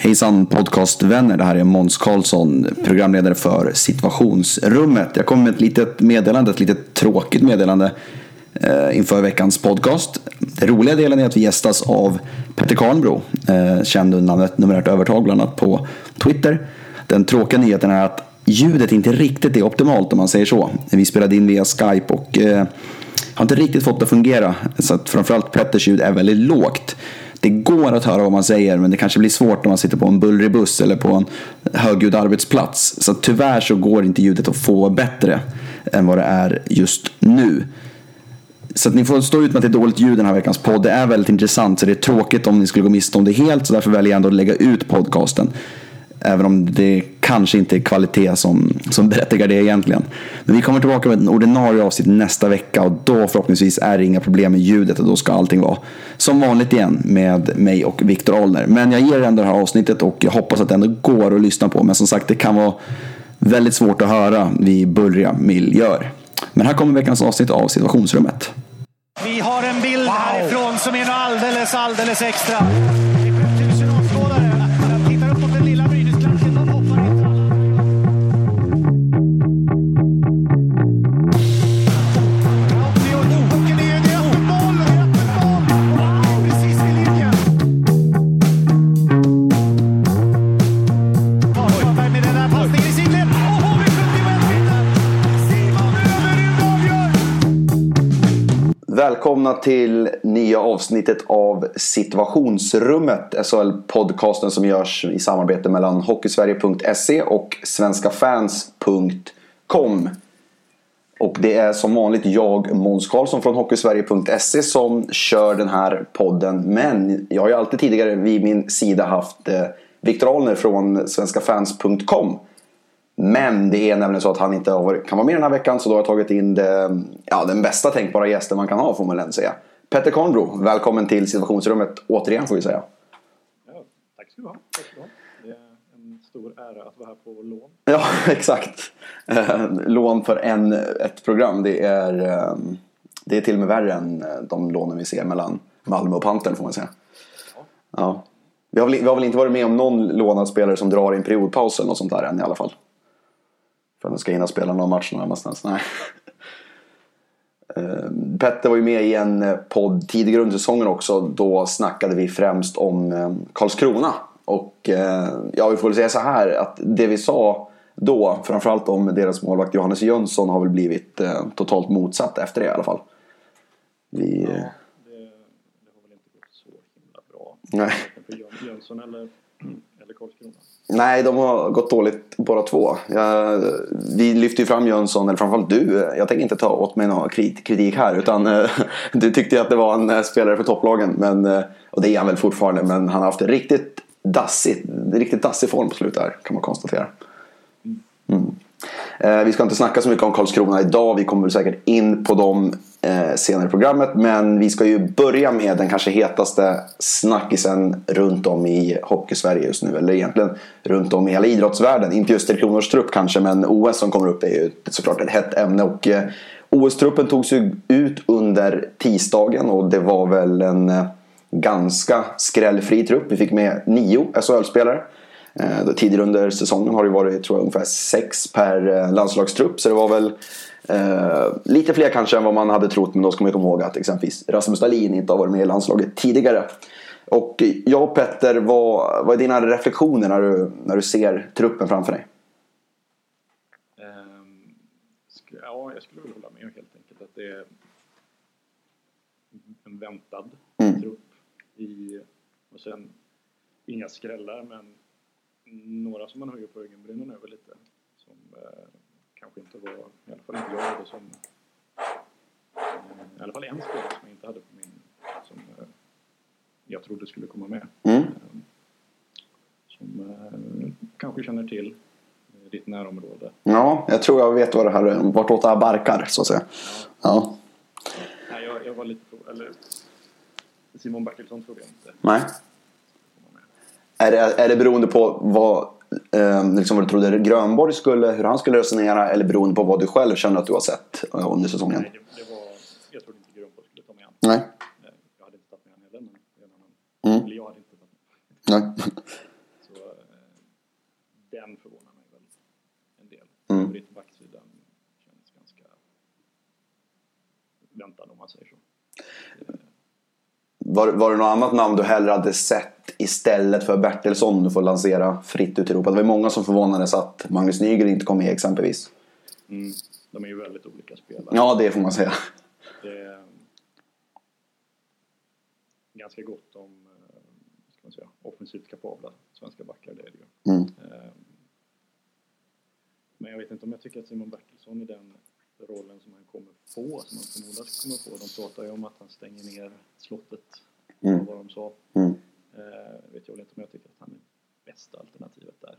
Hejsan podcastvänner, det här är Måns Karlsson, programledare för Situationsrummet. Jag kommer med ett litet tråkigt meddelande inför veckans podcast. Den roliga delen är att vi gästas av Petter Karnbro, känd under namnet Numerärt Övertag bland annat på Twitter. Den tråkiga nyheten är att ljudet inte riktigt är optimalt om man säger så. Vi spelade in via Skype och har inte riktigt fått det att fungera. Så att framförallt Petters ljud är väldigt lågt. Det går att höra vad man säger, men det kanske blir svårt när man sitter på en bullrig buss eller på en högljudd arbetsplats. Så tyvärr så går inte ljudet att få bättre än vad det är just nu. Så att ni får stå ut med att det är dåligt ljud den här veckans podd. Det är väldigt intressant, så det är tråkigt om ni skulle gå miste om det helt. Så därför väljer jag ändå att lägga ut podcasten. Även om det kanske inte är kvalitet som berättigar det egentligen. Men vi kommer tillbaka med en ordinarie avsnitt nästa vecka. Och då förhoppningsvis är det inga problem med ljudet. Och då ska allting vara som vanligt igen med mig och Viktor Ahlner. Men jag ger ändå det här avsnittet och jag hoppas att det ändå går att lyssna på. Men som sagt, det kan vara väldigt svårt att höra vid bullriga miljöer. Men här kommer veckans avsnitt av Situationsrummet. Vi har en bild härifrån som är något alldeles extra. Välkomna till nya avsnittet av Situationsrummet, SHL-podcasten som görs i samarbete mellan hockeysverige.se och svenskafans.com. Och det är som vanligt jag, Måns Karlsson från hockeysverige.se, som kör den här podden. Men jag har ju alltid tidigare vid min sida haft Viktor Ahlner från svenskafans.com. Men det är nämligen så att han inte kan vara med den här veckan. Så då har jag tagit in den bästa tänkbara gästen man kan ha, får man väl säga. Petter Karnbro, välkommen till Situationsrummet återigen, får vi säga. Ja, tack ska du ha. Det är en stor ära att vara här på lån. Ja, exakt. Lån för ett program. Det är till och med värre än de lånen vi ser mellan Malmö och Pantern, får man säga. Ja. Vi har väl inte varit med om någon lånad spelare som drar i en periodpaus eller något sånt där än i alla fall. För att de ska hinna spela någon match någonstans. Nej. Petter var ju med i en podd tidigare under säsongen också. Då snackade vi främst om Karlskrona. Och vi får väl säga så här, att det vi sa då, framförallt om deras målvakt Johannes Jönsson, har väl blivit totalt motsatt efter det i alla fall. Det har väl inte gått så himla bra. Nej. För Jönsson eller Karlskrona. Nej, de har gått dåligt båda två. Vi lyfter ju fram Jönsson, eller framförallt du. Jag tänker inte ta åt mig någon kritik här, utan du tyckte ju att det var en spelare för topplagen, och det är han väl fortfarande, men han har haft en riktigt dassig form på slutet här, kan man konstatera. Vi ska inte snacka så mycket om Karlskrona idag. Vi kommer väl säkert in på dem senare i programmet. Men vi ska ju börja med den kanske hetaste snackisen runt om i Hockeysverige just nu. Eller egentligen runt om i hela idrottsvärlden. Inte just 3 Kronors trupp kanske, men OS som kommer upp är ju såklart ett hett ämne. Och OS-truppen togs ju ut under tisdagen. Och det var väl en ganska skrällfri trupp. Vi fick med 9 SHL-spelare. Tidigare under säsongen har det varit, tror jag, ungefär 6 per landslagstrupp. Så det var väl lite fler kanske än vad man hade trott. Men då ska man komma ihåg att exempelvis Rasmus Dahlin inte har varit med i landslaget tidigare. Och jag och Petter, vad är dina reflektioner när du ser truppen framför dig? Jag skulle väl hålla med helt enkelt att det är en väntad trupp och sen inga skrällar, men några som man höjer på ögonbrynen över lite, som kanske inte var, i alla fall inte jag hade, som i alla fall en spelare som jag inte hade på min, som jag trodde skulle komma med, som kanske känner till ditt närområde. Ja, jag tror jag vet vartåt det här barkar, så att säga. Ja. Nej, jag var lite eller Simon Bertilsson tror jag inte. Nej. Är det beroende på vad du trodde Grönborg hur han skulle resonera, eller beroende på vad du själv känner att du har sett under säsongen? Nej, jag trodde inte Grönborg skulle ta med han. Nej. Jag hade inte tagit med han heller, men eller jag hade inte tagit med. Nej. Så förvånar mig väl en del. Övrigt backsidan känns ganska väntad om man säger så. Var det något annat namn du hellre hade sett istället för Bertilsson, du får lansera fritt ut i Europa? Det var många som förvånades att Magnus Nygren inte kom med exempelvis. De är ju väldigt olika spelare. Ja, det får man säga. Det är ganska gott om ska man säga, offensivt kapabla svenska backar, det är det ju. Men jag vet inte om jag tycker att Simon Bertilsson i den rollen som han kommer få, som han förmodas kommer få. De pratar ju om att han stänger ner slottet. Vad de sa. Vet jag väl inte om jag tycker att han är bästa alternativet där.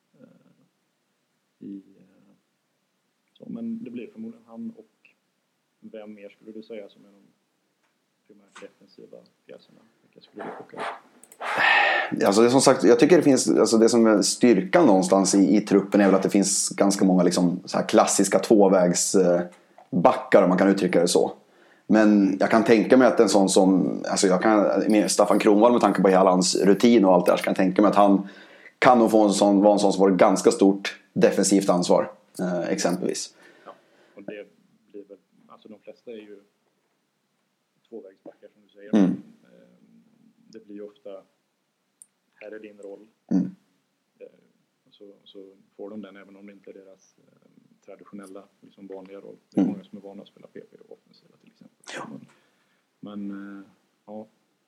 Så, men det blir förmodligen han, och vem mer skulle du säga som är de primärt defensiva pjäserna? Vilka skulle du plocka ut? Alltså det, som sagt, jag tycker det finns, alltså det som är styrkan någonstans i truppen är väl att det finns ganska många liksom så här klassiska tvåvägsbackar, om man kan uttrycka det så. Men jag kan tänka mig att en sån som, alltså med Staffan Kronwall, med tanke på hela hans rutin och allt det där, så kan jag tänka mig att han kan nog vara en sån som har ganska stort defensivt ansvar, exempelvis. Ja, och det blir väl, alltså de flesta är ju tvåvägsbackar som du säger. Det blir ju ofta, här är din roll. Så får de den även om det inte är deras traditionella, liksom vanliga roll. Det är många som är vana att spela PP och offensiva till exempel. Ja. Men ja,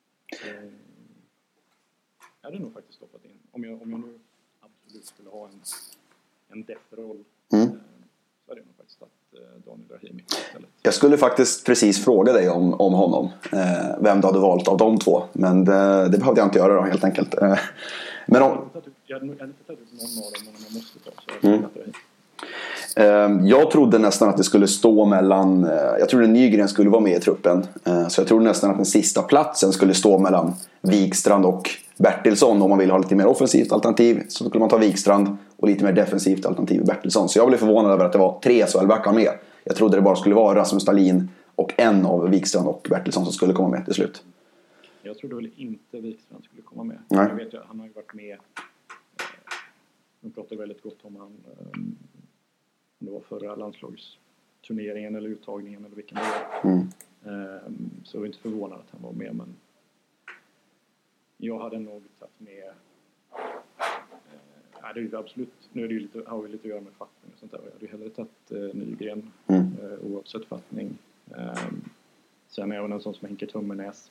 är det nog faktiskt stoppat in. Om jag nu absolut skulle ha en def-roll, så är det nog faktiskt att Daniel Rahimi istället. Jag skulle faktiskt precis fråga dig om honom. Vem du hade valt av de två. Men det behövde jag inte göra då, helt enkelt. Men jag hade inte tagit ut någon av dem, men om jag måste ta så är det jag trodde nästan att det skulle stå mellan, jag trodde Nygren skulle vara med i truppen, så jag trodde nästan att den sista platsen skulle stå mellan Wikstrand och Bertilsson. Om man vill ha lite mer offensivt alternativ så skulle man ta Wikstrand, och lite mer defensivt alternativ i Bertilsson. Så jag blev förvånad över att det var 3 SHL-backar med. Jag trodde det bara skulle vara Rasmus Stalin och en av Wikstrand och Bertilsson som skulle komma med till slut. Jag trodde väl inte Wikstrand skulle komma med. Nej. Jag vet ju, han har ju varit med, de pratar väldigt gott om han, om det var förra landslagsturneringen eller uttagningen eller vilken det var. Så jag var inte förvånad att han var med, men jag hade nog tagit med det är ju absolut, nu är det ju lite, har vi lite att göra med fattning och sånt där. Jag hade ju hellre tagit Nygren oavsett fattning. Sen även en sån som Henke Tummenäs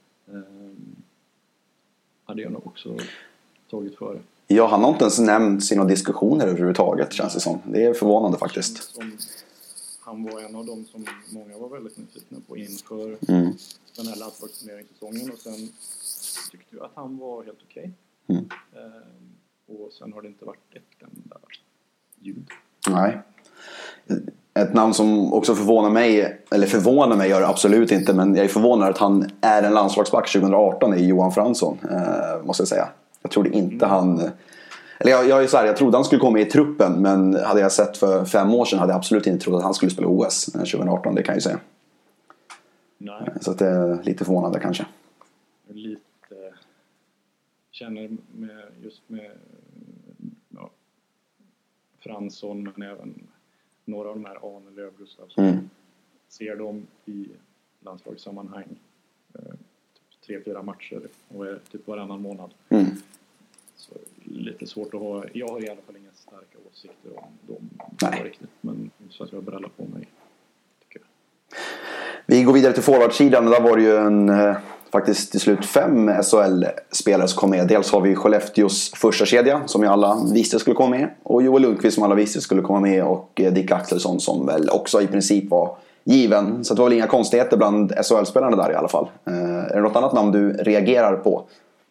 hade jag nog också tagit före. Ja, han har inte ens nämnt sina diskussioner överhuvudtaget, känns det som. Det är förvånande faktiskt. Han var en av dem som många var väldigt nyfikna på inför den här landslagsturneringssäsongen, och sen tyckte jag att han var helt okej. Och sen har det inte varit ett enda ljud. Nej. Ett namn som också förvånar mig gör det absolut inte, men jag är förvånad att han är en landslagsback 2018 är Johan Fransson, måste jag säga. Jag trodde inte han, eller jag är så här, jag trodde han skulle komma i truppen, men hade jag sett för 5 år sedan hade jag absolut inte trott att han skulle spela OS 2018, det kan jag ju säga. Nej. Så att det är lite förvånande kanske. Lite känner med Fransson, men även några av de här Arne Löv Gustafsson. Ser dem i landslagssammanhang 3-4 matcher och är typ varannan månad. Så lite svårt att ha. Jag har i alla fall inga starka åsikter om dem. Nej. Riktigt, men så att jag brallar på mig, tycker jag. Vi går vidare till forwardsidan. Där var det ju faktiskt till slut 5 SHL-spelare som kom med. Dels har vi Skellefteås första kedja som ju alla visste skulle komma med, och Joel Lundqvist som alla visste skulle komma med, och Dick Axelsson som väl också i princip var given. Så det var väl inga konstigheter bland SHL-spelarna där i alla fall. Är det något annat namn du reagerar på?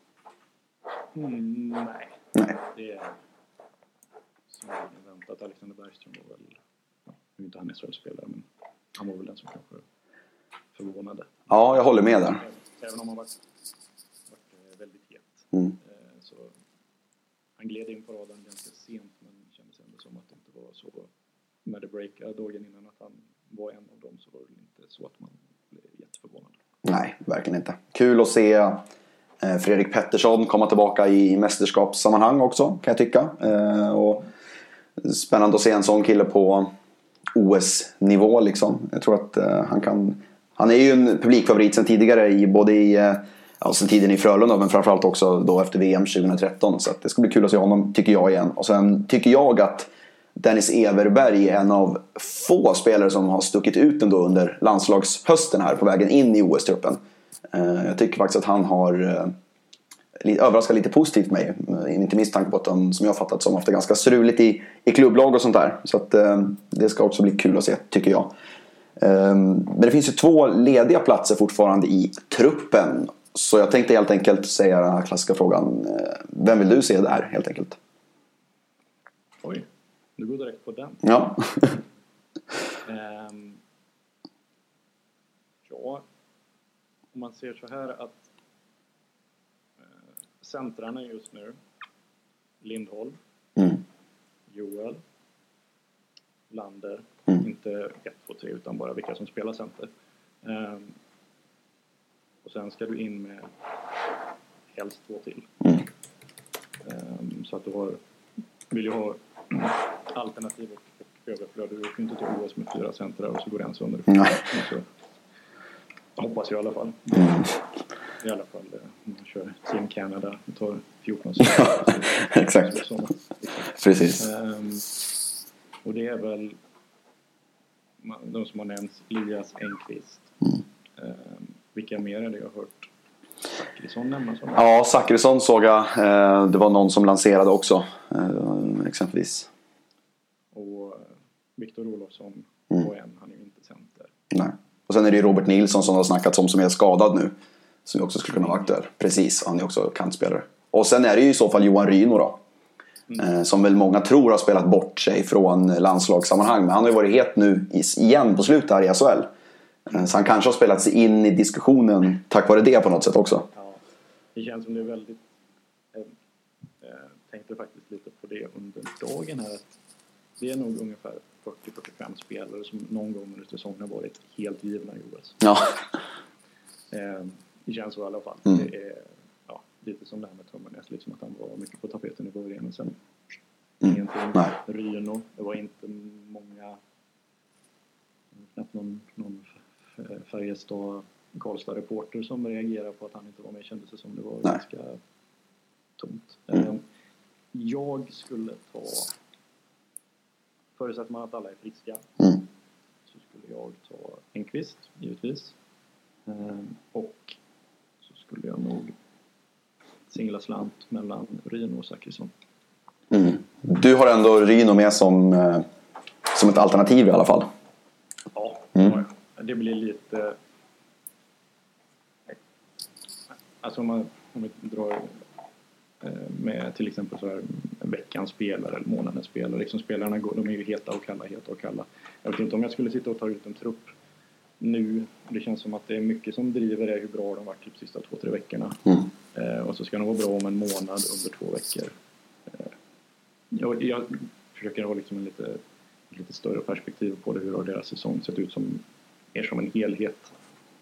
Nej. Det är som jag väntat. Alexander Bergström var väl, nu är inte han SHL-spelare, men han var väl den som kanske förvånade. Ja, jag håller med där. Även om han varit väldigt het. Så han gled in på raden ganska sent, men det kändes ändå som att det inte var så när det breakade dagen innan att han var en av dem, så var det inte så att man blev jätteförvånad. Nej, verkligen inte. Kul att se Fredrik Pettersson komma tillbaka i mästerskapssammanhang också, kan jag tycka. Och spännande att se en sån kille på OS-nivå liksom. Jag tror att han är ju en publikfavorit sen tidigare sen tiden i Frölunda, men framförallt också då efter VM 2013. Så att det ska bli kul att se honom, tycker jag, igen. Och sen tycker jag att Dennis Everberg är en av få spelare som har stuckit ut ändå under landslagshösten här på vägen in i OS-truppen. Jag tycker faktiskt att han har överraskat lite positivt mig. Inte minst tanke på att de, som jag fattat, som haft det ganska struligt i klubblag och sånt där. Så att det ska också bli kul att se, tycker jag. Men det finns ju 2 lediga platser fortfarande i truppen. Så jag tänkte helt enkelt säga den här klassiska frågan. Vem vill du se där, helt enkelt? Oj, du går direkt på den. Ja. Ja, om man ser så här att centrarna just nu: Lindholm, Joel, Lander, inte 1, 2, 3 utan bara vilka som spelar center. Och sen ska du in med helst 2 till. Så att du vill ju ha alternativ och överflöd. Du åker inte till OS med 4 centrar och så går det en sönder. Så hoppas jag i alla fall. I alla fall om man kör Team Canada, det tar 14 sekunder. Exakt. Precis. Och det är väl de som har nämnts: Elias Enqvist. Vilka mer är det jag har hört? Zachrisson nämnas? Ja, Zachrisson såg jag. Det var någon som lanserade också, exempelvis. Och Viktor Olofsson och han är ju inte center. Nej. Och sen är det ju Robert Nilsson som har snackats om, som är skadad nu, som också skulle kunna vara aktuell. Precis, han är också kantspelare. Och sen är det ju i så fall Johan Ryno då. Som väl många tror har spelat bort sig från landslagssammanhang. Men han har ju varit het nu igen på slutet här i SHL. Så han kanske har spelat sig in i diskussionen tack vare det på något sätt också. Ja, det känns som det är väldigt... tänkte faktiskt lite på det under dagen här. Att det är nog ungefär 40-45 spelare som någon gång under säsongen har varit helt givna i OS. Ja. Det känns så i alla fall. Det är lite som det här med Tummernes, liksom att han var mycket på tapeten i början och sen ingenting. Nej. Ryno, det var inte många, knappt någon Färjestad Karlstad-reporter som reagerade på att han inte var med. Kändes det som det var ganska tomt. Jag skulle ta, förutsatt man att alla är friska, så skulle jag ta Enqvist, givetvis. Och så skulle jag nog singla slant mellan Ryno och Zachrisson. Du har ändå Ryno med som ett alternativ i alla fall. Ja, det blir lite... Alltså om vi drar med till exempel så här veckans spelare eller månadens spelare. Liksom spelarna de är ju heta och kalla. Jag vet inte om jag skulle sitta och ta ut en trupp nu. Det känns som att det är mycket som driver det, hur bra de varit typ sista 2-3 veckorna. Och så ska de vara bra om en månad under 2 veckor. Jag försöker ha liksom lite större perspektiv på det. Hur har deras säsong sett ut som en helhet?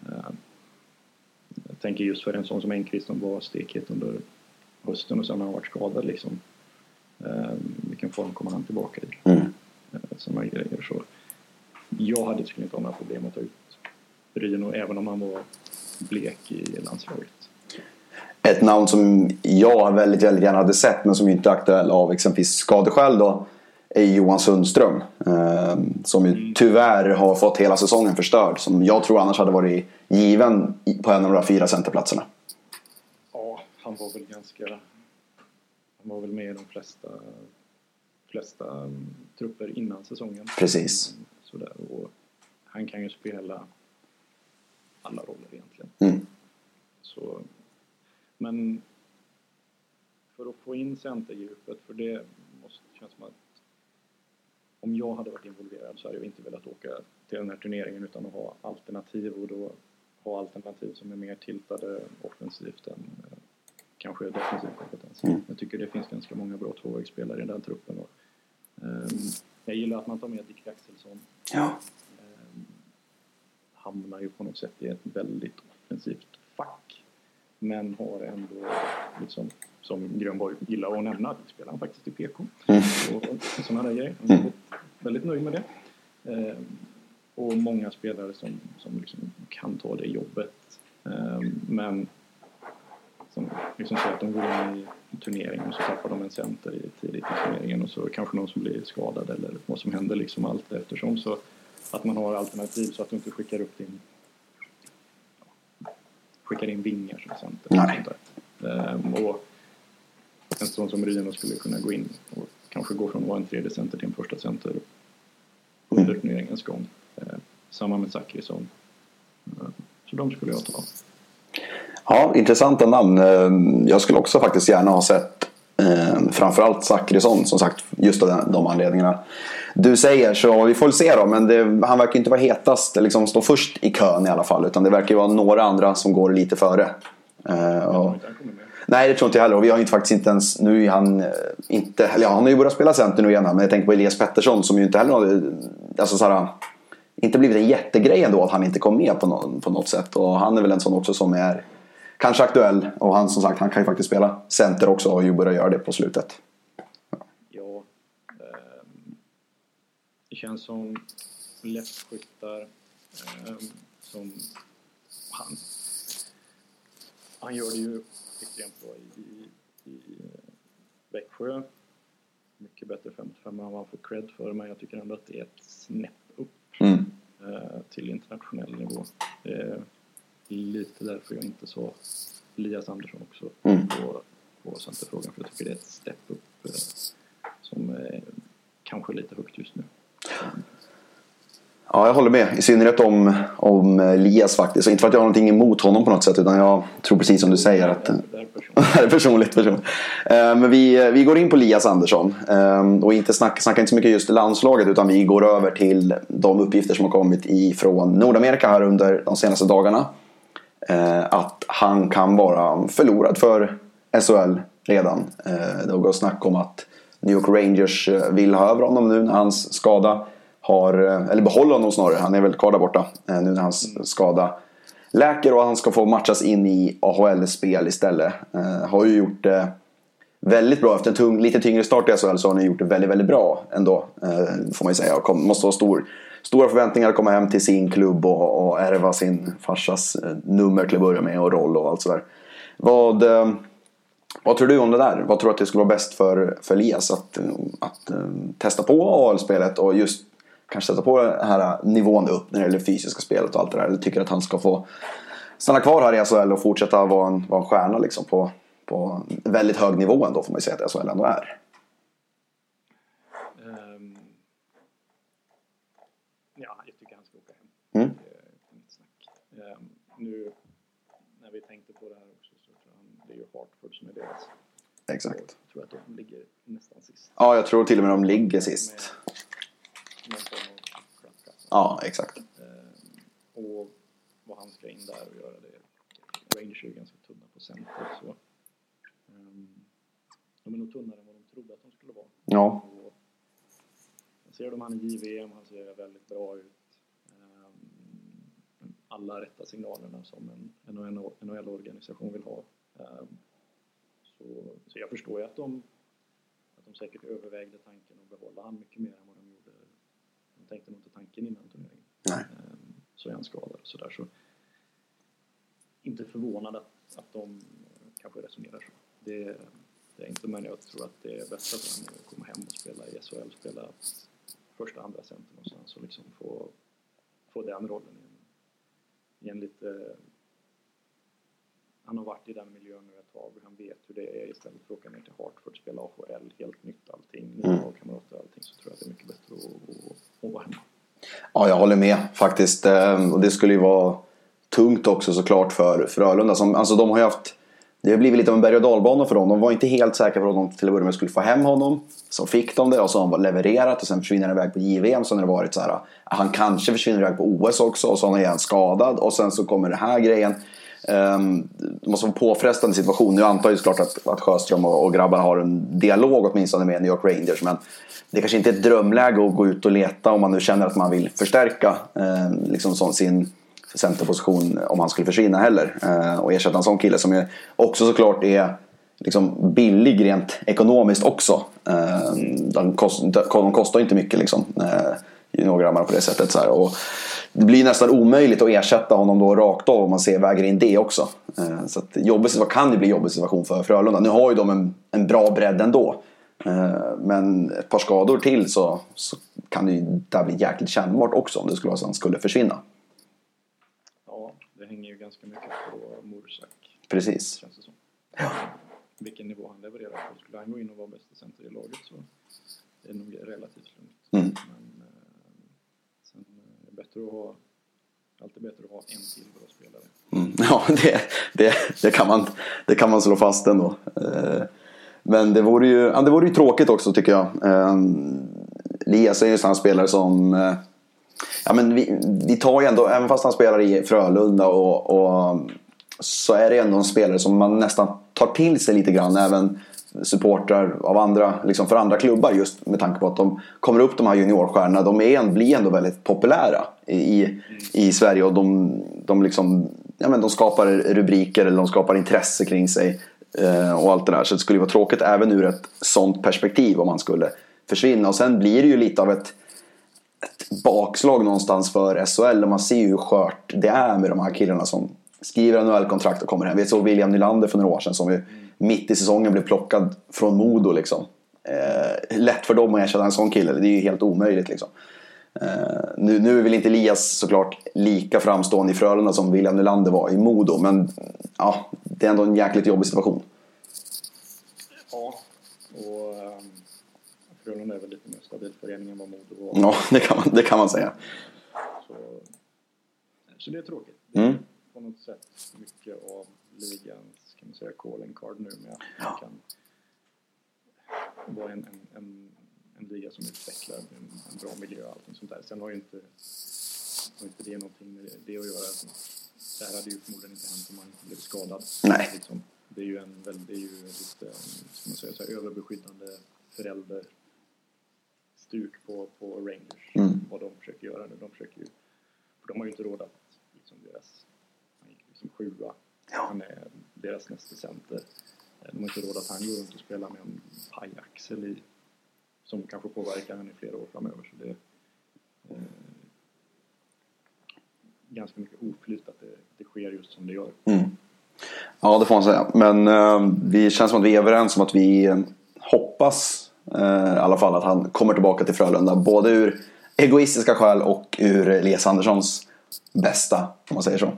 Jag tänker just för en sån som Enqvist som var stekhet under hösten och sen har han varit skadad liksom. Vilken form kommer han tillbaka i? Sådana grejer. Så jag skulle inte ha några problem att ta ut Ryno även om han var blek i landslaget. Ett namn som jag väldigt, väldigt gärna hade sett men som inte är aktuell av exempelvis skadeskäl då är Johan Sundström. Som ju tyvärr har fått hela säsongen förstörd. Som jag tror annars hade varit given på en av de 4 centerplatserna. Ja, han var väl med i de flesta trupper innan säsongen. Precis. Sådär, och han kan ju spela alla roller egentligen. Så, men för att få in centerdjupet, för det känns som att om jag hade varit involverad så hade jag inte velat åka till den här turneringen utan att ha alternativ, och då ha alternativ som är mer tiltade offensivt än kanske defensiv kompetens. Jag tycker det finns ganska många bra tvåvägsspelare i den truppen. Och, jag gillar att man tar med Dick Axelsson. Ja. Hamnar ju på något sätt i ett väldigt offensivt fack. Men har ändå, liksom, som Grönborg gillar att nämna, spelar han faktiskt i PK. Och sådana där grejer. Han är väldigt nöjd med det. Och många spelare som liksom kan ta det jobbet. Men som liksom säger att de går in i turneringen och så tappar de en center tidigt i turneringen och så kanske någon som blir skadad eller vad som händer liksom allt eftersom. Så att man har alternativ så att du inte skickar in vingar som center. Och en sån som Ryan skulle kunna gå in och kanske gå från att vara en tredje center till en första center under turneringens gång. Samma med Zachrisson. Så de skulle jag ta. Ja, intressanta namn. Jag skulle också faktiskt gärna ha sett framförallt Zachrisson, som sagt, just av de anledningarna du säger. Så vi får se då, men han verkar inte vara hetast, liksom stå först i kön i alla fall, utan det verkar ju vara några andra som går lite före. Nej, det tror inte jag heller. Och vi har ju faktiskt inte ens, nu är han inte, eller han har ju börjat spela center nu igen, men jag tänker på Elias Pettersson som ju inte heller har, alltså såhär, inte blivit en jättegrej ändå att han inte kom med på något sätt. Och han är väl en sån också som är kanske aktuell. Och han, som sagt, han kan ju faktiskt spela center också och ju börja göra det på slutet. Ja, det känns som lättskyttar som han gör det ju extremt bra i Växjö. Mycket bättre 5-5 än vad han får cred för, men jag tycker ändå att det är ett snäpp upp till internationell nivå. Lite därför jag inte så Elias Andersson också på centerfrågan, för jag tycker det är ett step upp som är kanske lite högt just nu. Ja, jag håller med. I synnerhet om Elias faktiskt. Inte för att jag har någonting emot honom på något sätt, utan jag tror precis som du säger att det är personligt. Men vi går in på Elias Andersson och inte snackar inte så mycket just landslaget, utan vi går över till de uppgifter som har kommit ifrån Nordamerika här under de senaste dagarna. Att han kan vara förlorad för SHL redan. Det går snack om att New York Rangers vill ha över honom nu när hans skada eller behålla honom snarare. Han är väl kvar där borta nu när hans skada läker och han ska få matchas in i AHL-spel istället. Har ju gjort det väldigt bra. Efter en lite tyngre start i SHL så har han gjort det väldigt, väldigt bra ändå, får man ju säga. Måste ha stora förväntningar att komma hem till sin klubb och ärva sin farsas nummer till att börja med och roll och allt sådär. Vad tror du om det där? Vad tror du att det skulle vara bäst för Elias att testa på AHL-spelet och just kanske sätta på den här nivån upp när det gäller fysiska spelet och allt det där? Eller tycker att han ska få stanna kvar här i SHL och fortsätta vara en stjärna liksom på väldigt hög nivå ändå, får man ju säga att SHL ändå är? Ja, jag tycker han ska åka hem. Nu när vi tänkte på det här också så tror jag det är ju Hartford som är deras. Exakt. Jag tror att de ligger nästan sist. Ja, jag tror till och med de ligger sist. Någon form av klappkast. Ja, exakt. Och vad han ska in där och göra det. Rangers är ju ganska tunna på center. Så, de är nog tunnare än vad de trodde att de skulle vara. Ja. Och jag ser de han i JVM, han ser väldigt bra ut. Alla rätta signalerna som en NHL-organisation vill ha. Så jag förstår ju att de säkert övervägde tanken att behålla han mycket mer än vad de gjorde. De tänkte nog inte tanken innan turneringen. Nej. Så är han skadad och sådär. Så inte förvånad att de kanske resonerar så. Det är inte, men jag tror att det är bäst för honom att komma hem och spela i SHL. Spela första, andra center någonstans och liksom få den rollen i en lite... Han har varit i den miljön nu ett tag och han vet hur det är. Istället för att åka ner till Hartford, spela AHL, helt nytt allting, nya kamrater och allting, så tror jag att det är mycket bättre att vara hemma. Ja, jag håller med faktiskt. Och det skulle ju vara tungt också såklart för Frölunda. Alltså de har ju haft... Det har blivit lite av en berg- och dalbana för dem. De var inte helt säkra på att de till att börja med skulle få hem honom. Så fick de det och så har han levererat och sen försvinner han iväg på JVM. Så har det varit så här, han kanske försvinner iväg på OS också och så är han skadad. Och sen så kommer den här grejen. Det måste vara en påfrestande situation. Nu antar jag såklart att Sjöström och grabbarna har en dialog åtminstone med New York Rangers. Men det kanske inte är ett drömläge att gå ut och leta om man nu känner att man vill förstärka liksom centerposition om han skulle försvinna heller. Och ersätta en sån kille som är också såklart är liksom billig rent ekonomiskt också. De kostar inte mycket liksom, juniorgrabbarna på det sättet så här. Och det blir nästan omöjligt att ersätta honom då rakt av om man väger in det också. Så att kan det bli jobbig situation för Frölunda. Nu har ju de en bra bredd ändå. Men ett par skador till så kan det ju där bli jäkligt kännbart också om det skulle vara så att han skulle försvinna. Ja, det hänger ju ganska mycket på Morsak. Precis. Känns det som. Ja. Vilken nivå han levererar på. Skulle han gå in och vara bästa center i laget så är det nog relativt lugnt. Men sen är det bättre att ha, alltid bättre att ha en till bra spelare. Ja, det kan man slå fast ändå. Men det vore ju tråkigt också tycker jag. Elias är ju en sån spelare som ja, men vi tar ju ändå, även fast han spelar i Frölunda och så är det ändå en spelare som man nästan tar till sig lite grann, även supportrar av andra, liksom för andra klubbar, just med tanke på att de kommer upp, de här juniorstjärnorna, blir ändå väldigt populära i Sverige, och de liksom, ja, men de skapar rubriker eller de skapar intresse kring sig och allt det där. Så det skulle vara tråkigt även ur ett sånt perspektiv om han skulle försvinna. Och sen blir det ju lite av ett bakslag någonstans för SHL, och man ser ju hur skört det är med de här killarna som skriver NHL-kontrakt och kommer hem. Vi såg William Nylander för några år sedan som ju mitt i säsongen blev plockad från Modo liksom. Lätt för dem att ersätta en sån kille, det är ju helt omöjligt liksom. Nu är väl inte Elias såklart lika framstående i Frölunda som William Nylander var i Modo, men ja, det är ändå en jäkligt jobbig situation. Ja, och Frölunda är väl lite mer stabil förening än vad Modo var. Ja, det kan man säga. Så det är tråkigt. På något sätt mycket av ligans, kan man säga, calling card nu med att man kan vara en liga som utvecklar en bra miljö och allting sånt där. Sen har ju inte det någonting med det att göra. Det här hade ju förmodligen inte hänt om man inte blev skadad. Nej. Liksom, det är ju lite, ska man säga, så här, överbeskyddande föräldrstuk på Rangers. Vad de försöker göra nu. För de har ju inte råd att liksom han gick liksom 7:a. Han är deras nästa center. De har inte råd att han går runt och spelar med en pajaxel som kanske påverkar henne i flera år framöver. Så det är ganska mycket oflyt att det sker just som det gör. Ja, det får man säga. Men vi känns som att vi är överens om att vi hoppas i alla fall att han kommer tillbaka till Frölunda, både ur egoistiska skäl och ur Elias Anderssons bästa, om man säger så.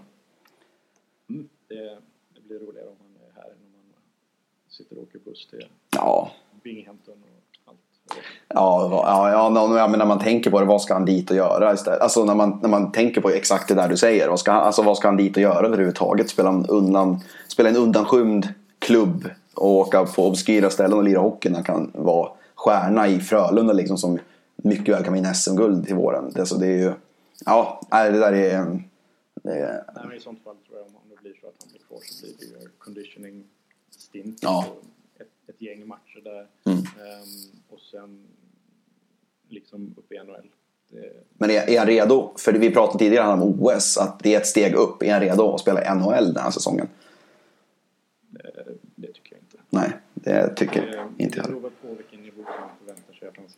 Det blir roligare om han är här än om man sitter och åker buss till Binghamton och allt. Ja, men när man tänker på det, vad ska han dit och göra istället? Alltså när man tänker på exakt det där du säger, vad ska han dit och göra överhuvudtaget? Spela en undanskymd klubb och åka på obskyra ställen och lira hockey när han kan vara stjärna i Frölunda liksom, som mycket väl kan vinna SM-guld till våren. Det är ju, ja, det där är... Nej, men i sånt fall tror jag, om det blir så att han blir kvar, så blir det ju conditioning stint. Ja. Ett gäng matcher där. Och sen liksom upp i NHL. Men är han redo? För vi pratade tidigare om OS, att det är ett steg upp. Är han redo att spela i NHL den här säsongen? Det tycker jag inte. Nej, det tycker inte jag. Det beror väl på vilken nivå man förväntar sig att han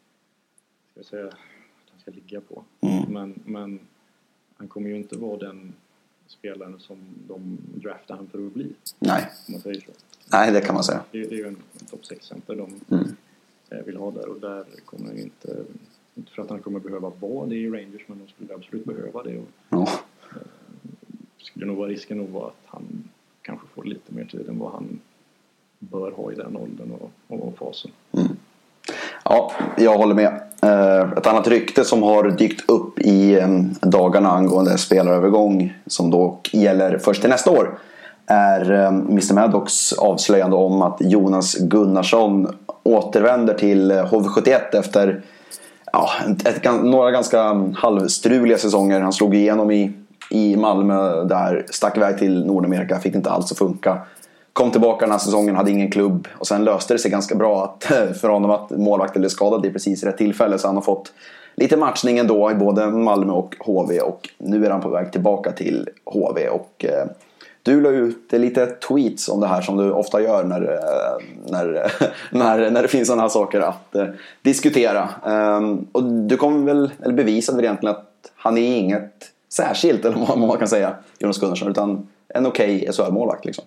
ska ligga på. Men han kommer ju inte vara den spelaren som de draftar han för att bli. Nej. Om man säger så. Nej, det kan man säga. Det är ju en topp 6-center de vill ha där. Och där kommer han inte för att han kommer behöva vara det i Rangers, men de skulle absolut behöva det. Och, skulle nog vara risken nog vara att han kanske får lite mer tid än vad han bör ha i den åldern och fasen. Ja, jag håller med. Ett annat rykte som har dykt upp i dagarna angående spelarövergång, som då gäller först till nästa år, är Mr. Maddox avslöjande om att Jonas Gunnarsson återvänder till HV71 efter några ganska halvstruliga säsonger. Han slog igenom i Malmö, där stack iväg till Nordamerika, fick inte alls att funka. Kom tillbaka den här säsongen, hade ingen klubb, och sen löste det sig ganska bra för honom att målvakten blev skadad i precis rätt tillfälle, så han har fått lite matchning ändå i både Malmö och HV. Och nu är han på väg tillbaka till HV. Och du la ut lite tweets om det här som du ofta gör när det finns sådana här saker att diskutera. Och du kommer väl, eller bevisade väl egentligen att han är inget särskilt, eller vad man kan säga, Jonas Gunnarsson, utan en okej SHL-målvakt liksom.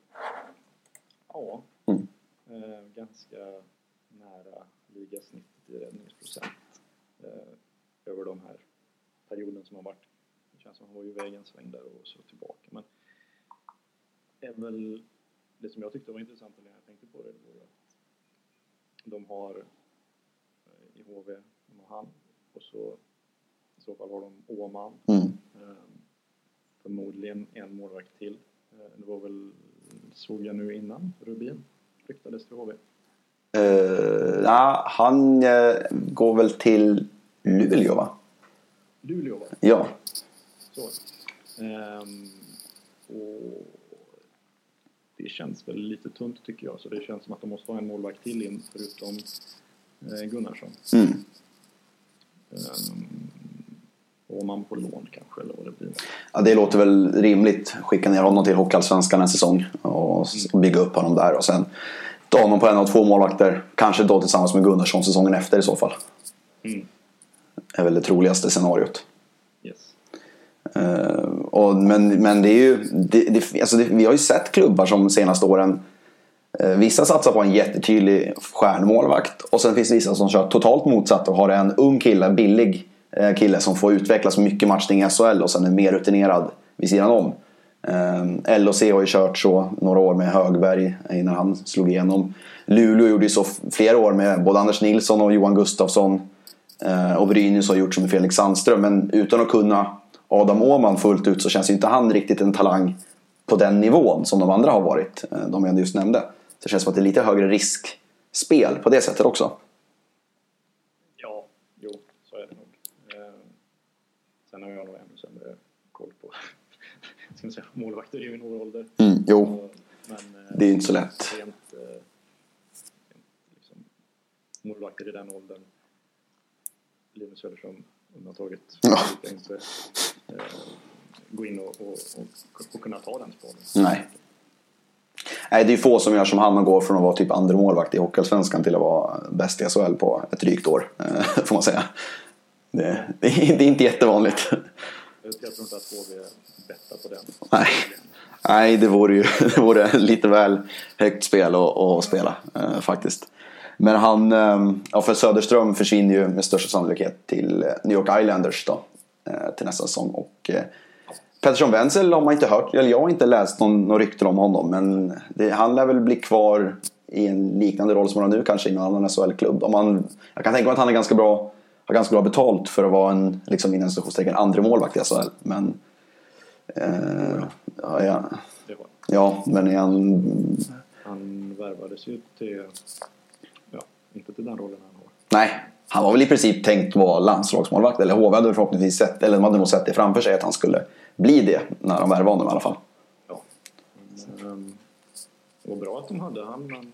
Ja, ganska nära ligasnittet i räddningsprocent över de här perioden som har varit. Det känns som att han var ju vägen sväng där och så tillbaka. Men är väl det som jag tyckte var intressant när jag tänkte på det var ju att de har i HV, de har han, och så i så fall har de Åman. Förmodligen en målvakt till. Det var väl, såg jag nu innan, Rubin ryktades till HV. Han går väl till Luleå, va? Luleå, va? Ja. Så. Och det känns väl lite tunt tycker jag. Så det känns som att de måste ha en målvakt till in förutom Gunnarsson. Och man på lån kanske, eller vad det blir. Ja, det låter väl rimligt. Skicka ner honom till Hockeyallsvenskan en säsong och bygga upp honom där. Och sen ta honom på en av 2 målvakter. Kanske då tillsammans med Gunnarsson säsongen efter i så fall. Det är väl det troligaste scenariot. Yes. Men det är ju vi har ju sett klubbar som de senaste åren, vissa satsar på en jättetydlig stjärnmålvakt, och sen finns det vissa som kör totalt motsatt och har en ung kille, en billig kille som får utvecklas mycket matchning i SHL och sen är mer rutinerad vid sidan om. LHC har ju kört så några år med Högberg innan han slog igenom. Luleå gjorde ju så flera år med både Anders Nilsson och Johan Gustafsson, och Brynäs har gjort som med Felix Sandström. Men utan att kunna Adam Åhman fullt ut så känns ju inte han riktigt en talang på den nivån som de andra har varit, de jag just nämnde. Så det känns som att det är lite högre riskspel på det sättet också. Ja, jo, så är det nog. Sen har jag nog ännu sämre koll på ska man säga, målvakter i junior ålder. Jo, men det är ju inte så lätt. Liksom, målvakter i den åldern, Linus Söderström undantaget, inte gå in och kunna ta den spaden. Nej, det är få som gör som han och går från att vara typ andra målvakt i Hockeyallsvenskan till att vara bäst i SHL på ett drygt år, får man säga. Det är inte jättevanligt. Jag tror inte att HV bettar på den. Nej, det vore lite väl högt spel att spela faktiskt. Men han, för Söderström försvinner ju med största sannolikhet till New York Islanders då, till nästa säsong. Och Pettersson Wenzel har man inte hört, eller jag har inte läst någon rykten om honom, men han lär väl bli kvar i en liknande roll som han nu kanske i någon annan SHL-klubb. Jag kan tänka mig att han är har ganska bra betalt för att vara en, liksom innan stationstecken, andra målvakt i SHL. Men men är han värvades ju till inte till den rollen han har. Nej, han var väl i princip tänkt vara landslagsmålvakt, eller HV hade förhoppningsvis sett, eller de hade nog sett det framför sig att han skulle bli det när de värvade honom i alla fall. Ja, det var bra att de hade han, men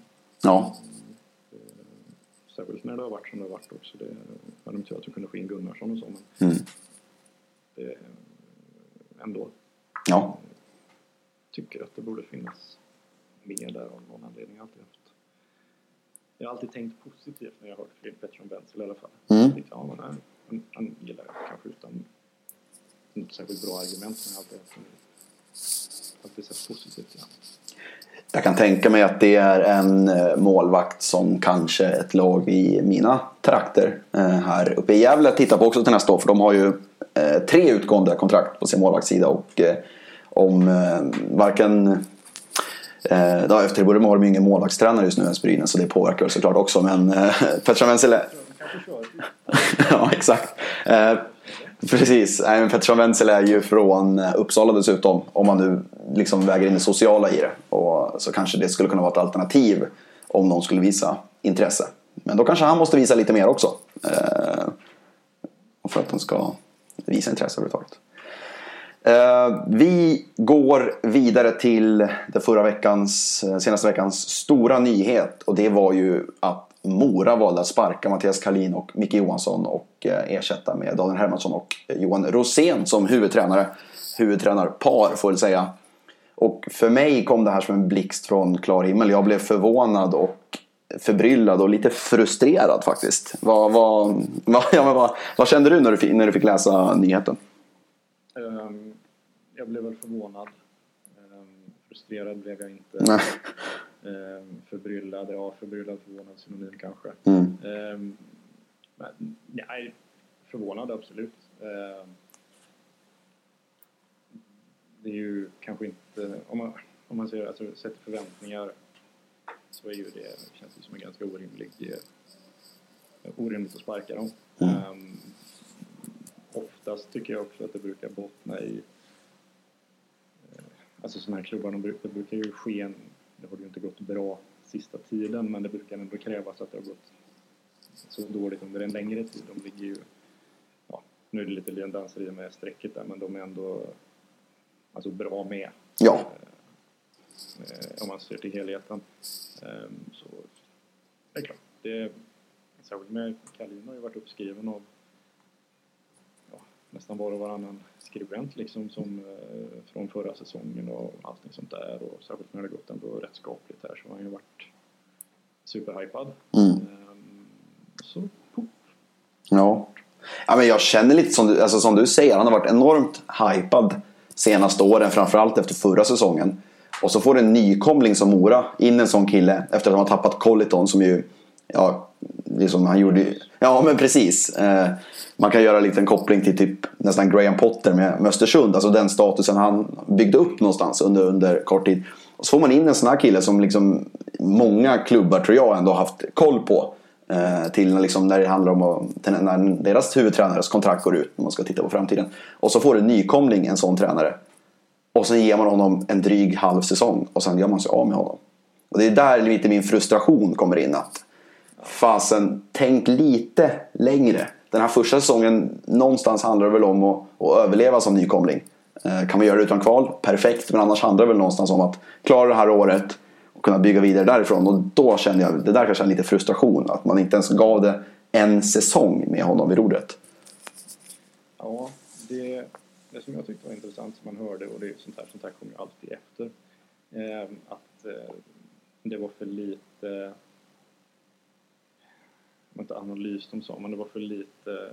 särskilt när det har varit som det har varit också. Det hade de tur att de kunde få in Gunnarsson och så, men det ändå. Ja. Tycker att det borde finnas mer där av någon anledning. Jag har alltid tänkt positivt när jag har hört Fredrik Pettersson Wenzel i alla fall. Han gillar jag kanske utan något särskilt bra argument, men jag har alltid sett positivt igen. Jag kan tänka mig att det är en målvakt som kanske ett lag i mina trakter här uppe i Gävle tittar på också till nästa år, för de har ju 3 utgående kontrakt på sin målvaktssida, och om varken efter det borde man ha ingen målvaktstränare just nu än Brynäs, så det påverkar såklart också, men Pettersson Wenzel ja, exakt. Precis. Pettersson Wenzel är ju från Uppsala dessutom, om man nu liksom väger in det sociala i det, och så kanske det skulle kunna vara ett alternativ om någon skulle visa intresse. Men då kanske han måste visa lite mer också, för att de ska visa intresse överhuvudtaget. Vi går vidare till den senaste veckans stora nyhet. Och det var ju att Mora valde att sparka Mattias Karlin och Micke Johansson och ersätta med Daniel Hermansson och Johan Rosén som huvudtränarpar får jag säga. Och för mig kom det här som en blixt från klar himmel. Jag blev förvånad och förbryllad och lite frustrerad faktiskt. Vad kände du när du fick läsa nyheten? Jag blev väl förvånad. Frustrerad blev jag inte. Förbryllad, förvånad synonym kanske. Men nej, förvånad absolut. Det är ju kanske inte, om man säger, alltså, sätter förväntningar, så är ju det, känns det som en ganska orimligt att sparka dem. Oftast tycker jag också att det brukar bottna i alltså sådana här klubbar, det brukar ju ske det har ju inte gått bra sista tiden, men det brukar ändå krävas att det har gått så dåligt under en längre tid. De ligger ju, nu är det lite liendanseri med strecket där, men de är ändå alltså bra med. Ja. Om man ser till helheten. Så det är klart. Särskilt med Karlin har ju varit uppskriven av nästan var och varannan skribent liksom, som från förra säsongen och allting sånt där. Och särskilt när det gått ändå rätt skapligt här så har han ju varit superhypad. Så poff. Ja, men jag känner lite som du säger, han har varit enormt hypad senaste åren, framförallt efter förra säsongen. Och så får en nykomling som Mora in en sån kille efter att de har tappat Colliton som ju, liksom han gjorde, men precis. Man kan göra en liten koppling till typ nästan Graham Potter med Östersund, alltså den statusen han byggde upp någonstans under kort tid. Och så får man in en sån här kille som liksom många klubbar tror jag ändå haft koll på. Till liksom när det handlar om när deras huvudtränares kontrakt går ut, när man ska titta på framtiden. Och så får en nykomling en sån tränare. Och sen ger man honom en dryg halv säsong. Och sen gör man sig av med honom. Och det är där lite min frustration kommer in. Att fasen, tänk lite längre. Den här första säsongen någonstans handlar det väl om att överleva som nykomling. Kan man göra det utan kval? Perfekt. Men annars handlar det väl någonstans om att klara det här året och kunna bygga vidare därifrån. Och då kände jag, det där kanske lite frustration. Att man inte ens gav det en säsong med honom vid rodret. Ja, det som jag tyckte var intressant som man hörde, och det är sånt här kommer ju alltid efter, att det var för lite, inte analys de sa, men det var för lite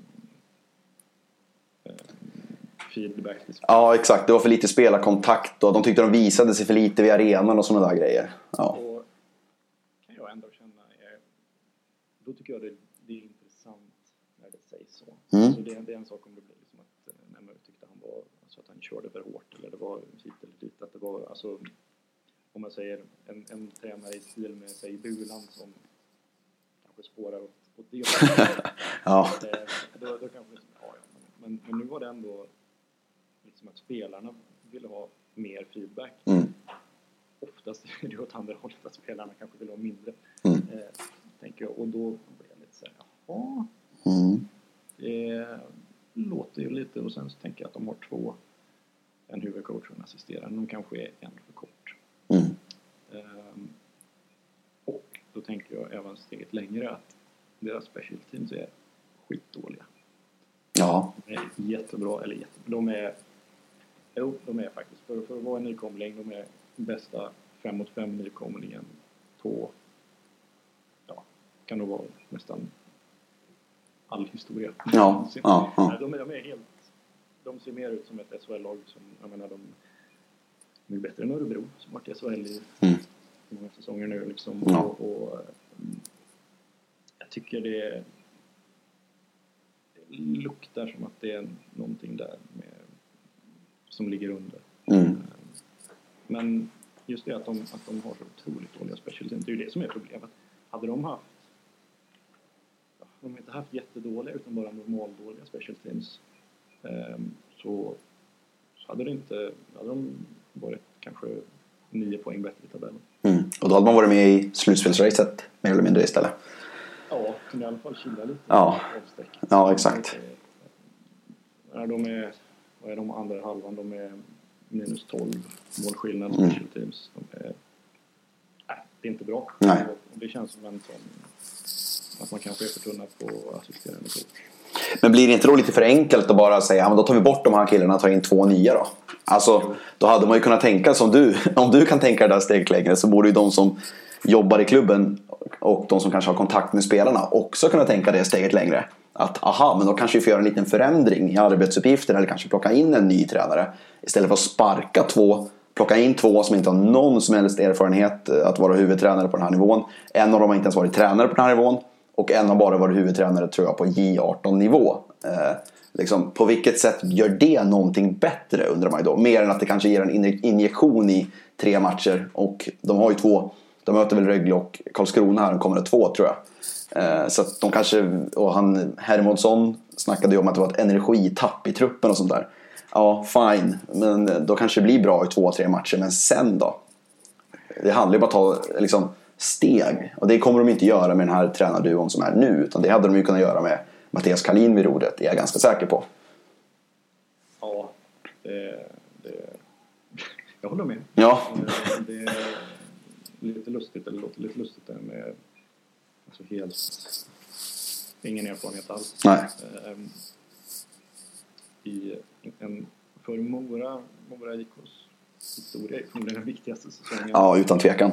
feedback. Ja, exakt. Det var för lite spelarkontakt och de tyckte de visade sig för lite vid arenan och sådana där grejer. Ja. Och kan jag ändå känna, då tycker jag det är intressant när det sägs så. Så det är en sak om det blir liksom att när man tyckte han var, alltså att han körde för hårt eller det var hit eller dit, att det var, alltså om man säger en tränare i stil med sig Bulan som kanske spårar åt det. Ja. Då kanske men nu var det ändå liksom att spelarna ville ha mer feedback. Oftast är det åt andra hållet att spelarna kanske vill ha mindre. Tänker jag. Och då blir jag lite så här, jaha. Det låter ju lite, och sen så tänker jag att de har två, en huvudcoach och en assisterande. De kanske är en för kort. Och då tänker jag även steget längre att deras special teams är skitdåliga. Ja. De är jättebra, eller jättebra. De är faktiskt, för att vara en nykomling, de är bästa 5-mot-5 nykomlingen på, kan nog vara nästan all historia. Ja. De är helt, de ser mer ut som ett SHL-lag som, jag menar, de är bättre än Örebro som varit i SHL i många säsonger nu liksom. Och jag tycker det luktar som att det är någonting där som ligger under. Men just det att de har så otroligt dåliga special teams, det är ju det som är problemet. Hade de haft, de inte haft jättedåliga utan bara normaldåliga special teams, så hade de varit kanske 9 poäng bättre i tabellen. Och då hade man varit med i slutspelsracet mer eller mindre istället. Ja, kunde i alla fall kila lite. Ja, exakt. De vad är de andra halvan? De är minus 12 målskillnad special teams. Det är inte bra. Nej. Och det känns som en sån att man kanske är för tunna på assisterande coach. Men blir det inte då lite för enkelt att bara säga, ja, men då tar vi bort de här killarna och tar in 2 nya då? Alltså, då hade man ju kunnat tänka som du. Om du kan tänka det där steget längre, så borde ju de som jobbar i klubben och de som kanske har kontakt med spelarna också kunna tänka det steget längre. Att aha, men då kanske vi får göra en liten förändring i arbetsuppgifter, eller kanske plocka in en ny tränare istället för att sparka 2. Plocka in 2 som inte har någon som helst erfarenhet att vara huvudtränare på den här nivån. En av dem har inte ens varit tränare på den här nivån. Och en har bara varit huvudtränare, tror jag, på J18-nivå. Liksom, på vilket sätt gör det någonting bättre, undrar man ju då. Mer än att det kanske ger en injektion i 3 matcher. Och de har ju 2. De möter väl Rögle och Karlskrona här. De kommer 2, tror jag. Så att de kanske... Och han, Hermodsson, snackade ju om att det var ett energitapp i truppen och sånt där. Ja, fine. Men då kanske det blir bra i 2-3 matcher. Men sen då? Det handlar ju bara om att ta liksom steg. Och det kommer de inte göra med den här tränarduon som är nu. Utan det hade de ju kunnat göra med Mattias Karlin vid rodret. Det är jag ganska säker på. Ja, jag håller med. Ja. Det är lite lustigt. Eller låter lite lustigt där med alltså helt ingen erfarenhet alls. Nej. För Mora IKs historia är förmodligen den viktigaste säsongen. Ja, utan tvekan.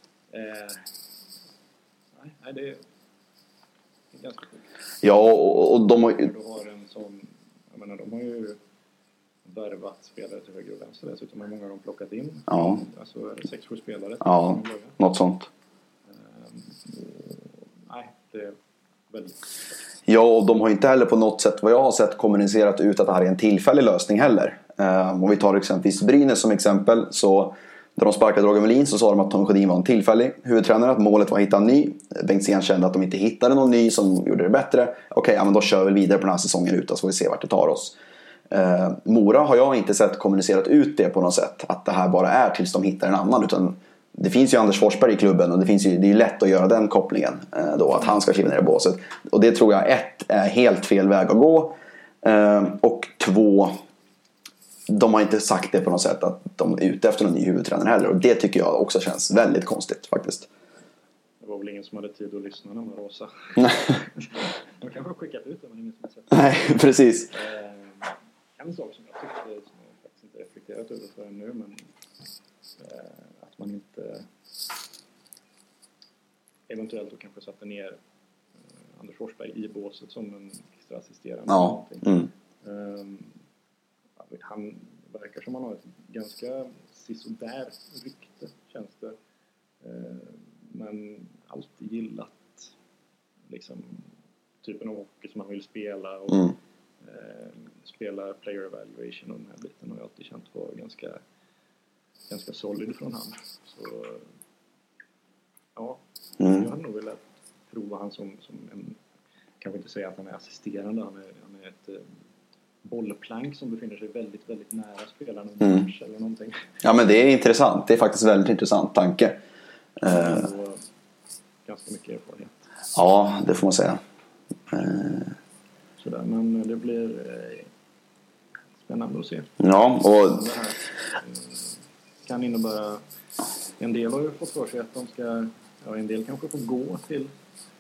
Nej, det är ganska sjukt. Ja, och de har ju... en sån, jag menar, de har ju värvat spelare till höger och vänster. Dessutom har många av dem plockat in. Ja. Alltså 6-7 spelare. Ja, något sånt. Nej, det är väldigt... Ja, och de har inte heller på något sätt, vad jag har sett, kommunicerat ut att det här är en tillfällig lösning heller. Om vi tar exempelvis Brynäs som exempel, så när de sparkade Roger Melin så sa de att Tom Sjödin var en tillfällig huvudtränare, att målet var att hitta en ny. Bengtzén kände att de inte hittade någon ny som gjorde det bättre. Okej, ja, men då kör vi vidare på den här säsongen ut, så får vi se vart det tar oss. Mora har jag inte sett kommunicerat ut det på något sätt, att det här bara är tills de hittar en annan, utan det finns ju Anders Forsberg i klubben och det är ju lätt att göra den kopplingen då, att han ska kliva ner i båset. Och det tror jag är helt fel väg att gå. Och 2, de har inte sagt det på något sätt att de är ute efter någon ny huvudtränare heller. Och det tycker jag också känns väldigt konstigt faktiskt. Det var väl ingen som hade tid att lyssna när man Rosa. De kanske har skickat ut det, men ingen som har sett det. Nej, precis. En sak som jag tyckte, som jag faktiskt inte reflekterat över förrän nu, men att man inte eventuellt då kanske satte ner Anders Forsberg i båset som en extra assisterande. Ja. Han verkar som han har ett ganska sisådär rykte, känns det. Men alltid gillat liksom typen av hockey som han vill spela och spela player evaluation och den här biten har jag alltid känt var ganska solid från han. Så ja, jag hade nog velat prova han som en, kanske inte säga att han är assisterande, han är ett bollplank som befinner sig väldigt, väldigt nära spelaren under match eller någonting. Ja, men det är intressant. Det är faktiskt väldigt intressant tanke. Ganska mycket erfarenhet. Ja, det får man säga. Sådär, men det blir spännande att se. Ja, och det här kan innebära, en del har ju fått för sig att de ska, en del kanske får gå till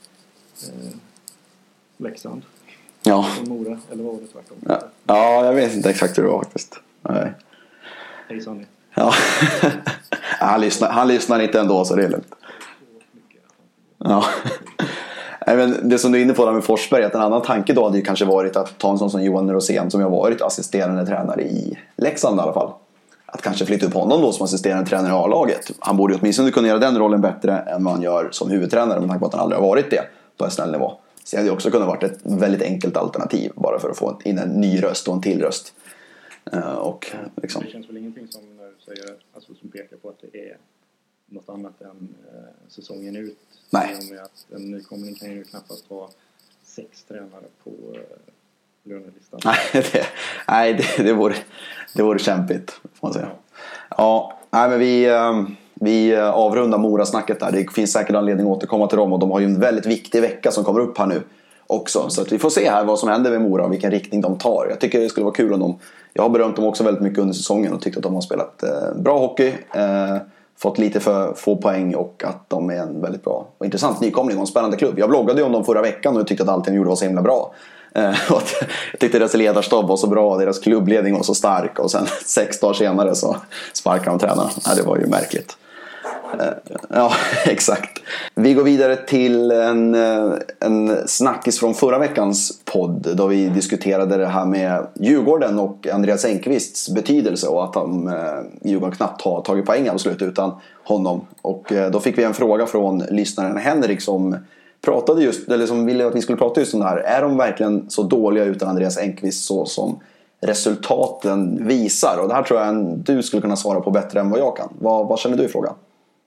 Leksand. Ja. Mora, eller vad var det tvärtom? Ja, jag vet inte exakt hur det var faktiskt. Nej. Hej Sonny. Ja. han lyssnar inte ändå, så det är lugnt. Ja. Men det som du är inne på där med Forsberg, att en annan tanke då hade ju kanske varit att ta en sån som Johan Rosén, som har varit assisterande tränare i Leksand i alla fall. Att kanske flytta upp honom då som assisterande tränare i A-laget. Han borde åtminstone kunna göra den rollen bättre än vad han gör som huvudtränare, med tanke på att han aldrig har varit det på SNL-nivå. Så det hade också kunnat varit ett väldigt enkelt alternativ, bara för att få in en ny röst och en till röst. Och liksom. Det känns väl ingenting som när du säger, alltså, som pekar på att det är något annat än säsongen ut. Nej. Med att en nykomling kan ju knappast ha 6 tränare på lönelistan. Nej, det vore kämpigt, får man säga. Ja, nej, men vi avrundar Mora-snacket där. Det finns säkert anledning att återkomma till dem, och de har ju en väldigt viktig vecka som kommer upp här nu. också. Så att vi får se här vad som händer med Mora och vilken riktning de tar. Jag tycker det skulle vara kul om de... Jag har berömt dem också väldigt mycket under säsongen och tyckt att de har spelat bra hockey. Fått lite för få poäng och att de är en väldigt bra och intressant nykomling och en spännande klubb. Jag bloggade ju om dem förra veckan och tyckte att allting de gjorde var så himla bra. Och jag tyckte deras ledarstab var så bra, deras klubbledning var så stark och sen 6 dagar senare så sparkade de tränarna. Det var ju märkligt. Ja, exakt. Vi går vidare till en snackis från förra veckans podd då vi diskuterade det här med Djurgården och Andreas Engqvists betydelse och att Djurgården knappt har tagit poäng av slut utan honom. Och då fick vi en fråga från lyssnaren Henrik som pratade just, eller som ville att vi skulle prata just om det här. Är de verkligen så dåliga utan Andreas Engqvist så som resultaten visar? Och det här tror jag du skulle kunna svara på bättre än vad jag kan. Vad känner du i frågan?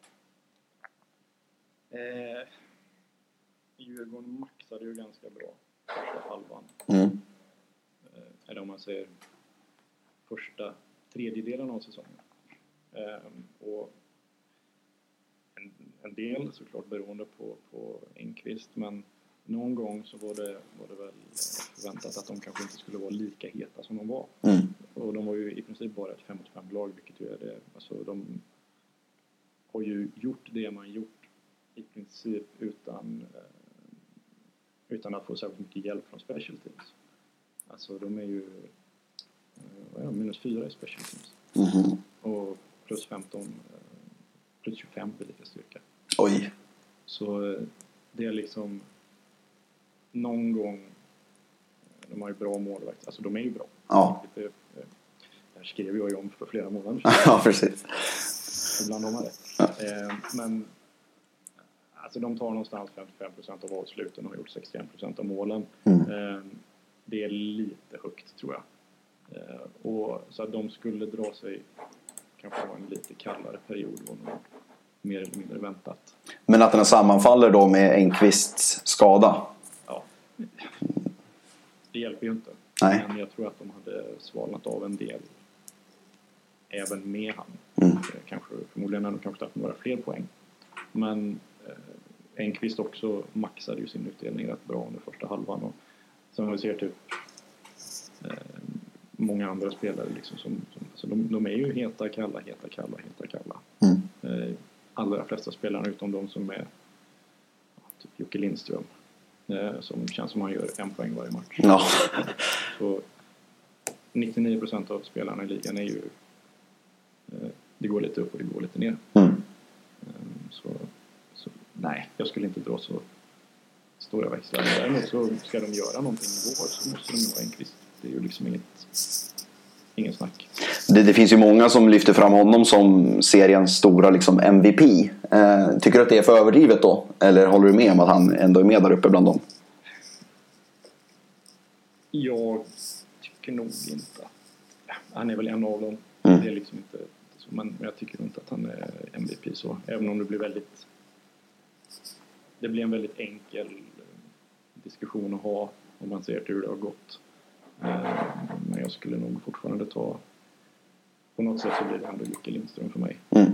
Djurgården maxade ju ganska bra första halvan. Eller om man säger första tredjedelen av säsongen. Och en del såklart beroende på Engqvist, men någon gång så var det väl förväntat att de kanske inte skulle vara lika heta som de var. Och de var ju i princip bara ett 5-5-lag, vilket ju är det. Alltså de har ju gjort det man gjort i princip utan att få särskilt mycket hjälp från special teams. Alltså de är ju -4 i special teams. Och plus 15 plus 25 blir lite styrka. Oj. Så det är liksom någon gång, de har ju bra målvakt, alltså de är ju bra. Ja. Det här skrev jag ju om för flera månader sedan. Ja, precis. Ibland har man rätt. Men alltså de tar någonstans 55% av avsluten och har gjort 61% av målen. Det är lite högt tror jag. Och så att de skulle dra sig kanske en lite kallare period var nog mer eller mindre väntat. Men att den sammanfaller då med Engqvists skada? Ja. Det hjälper ju inte. Nej. Men jag tror att de hade svalnat av en del även med han. Kanske, förmodligen hade de kanske haft några fler poäng. Men Engqvist också maxade ju sin utdelning rätt bra under första halvan. Och som vi ser typ många andra spelare liksom så de är ju heta, kalla. Allra flesta spelarna utom de som är typ Jocke Lindström som känns som han gör 1 poäng varje match. Ja. Så 99% av spelarna i ligan är ju det går lite upp och det går lite ner. Så nej, jag skulle inte dra så stora växlar. Däremot så ska de göra någonting i vår så måste de ju ha Engqvist. Det är ju liksom ingen snack. Det finns ju många som lyfter fram honom som seriens stora liksom MVP. Tycker du att det är för överdrivet då? Eller håller du med om att han ändå är med där uppe bland dem? Jag tycker nog inte att... han är väl en av dem. Det är liksom inte så, men jag tycker inte att han är MVP så. Även om det blir en väldigt enkel diskussion att ha om man ser hur det har gått. Men jag skulle nog fortfarande ta... På något sätt så blir det ändå Jocke Lindström för mig.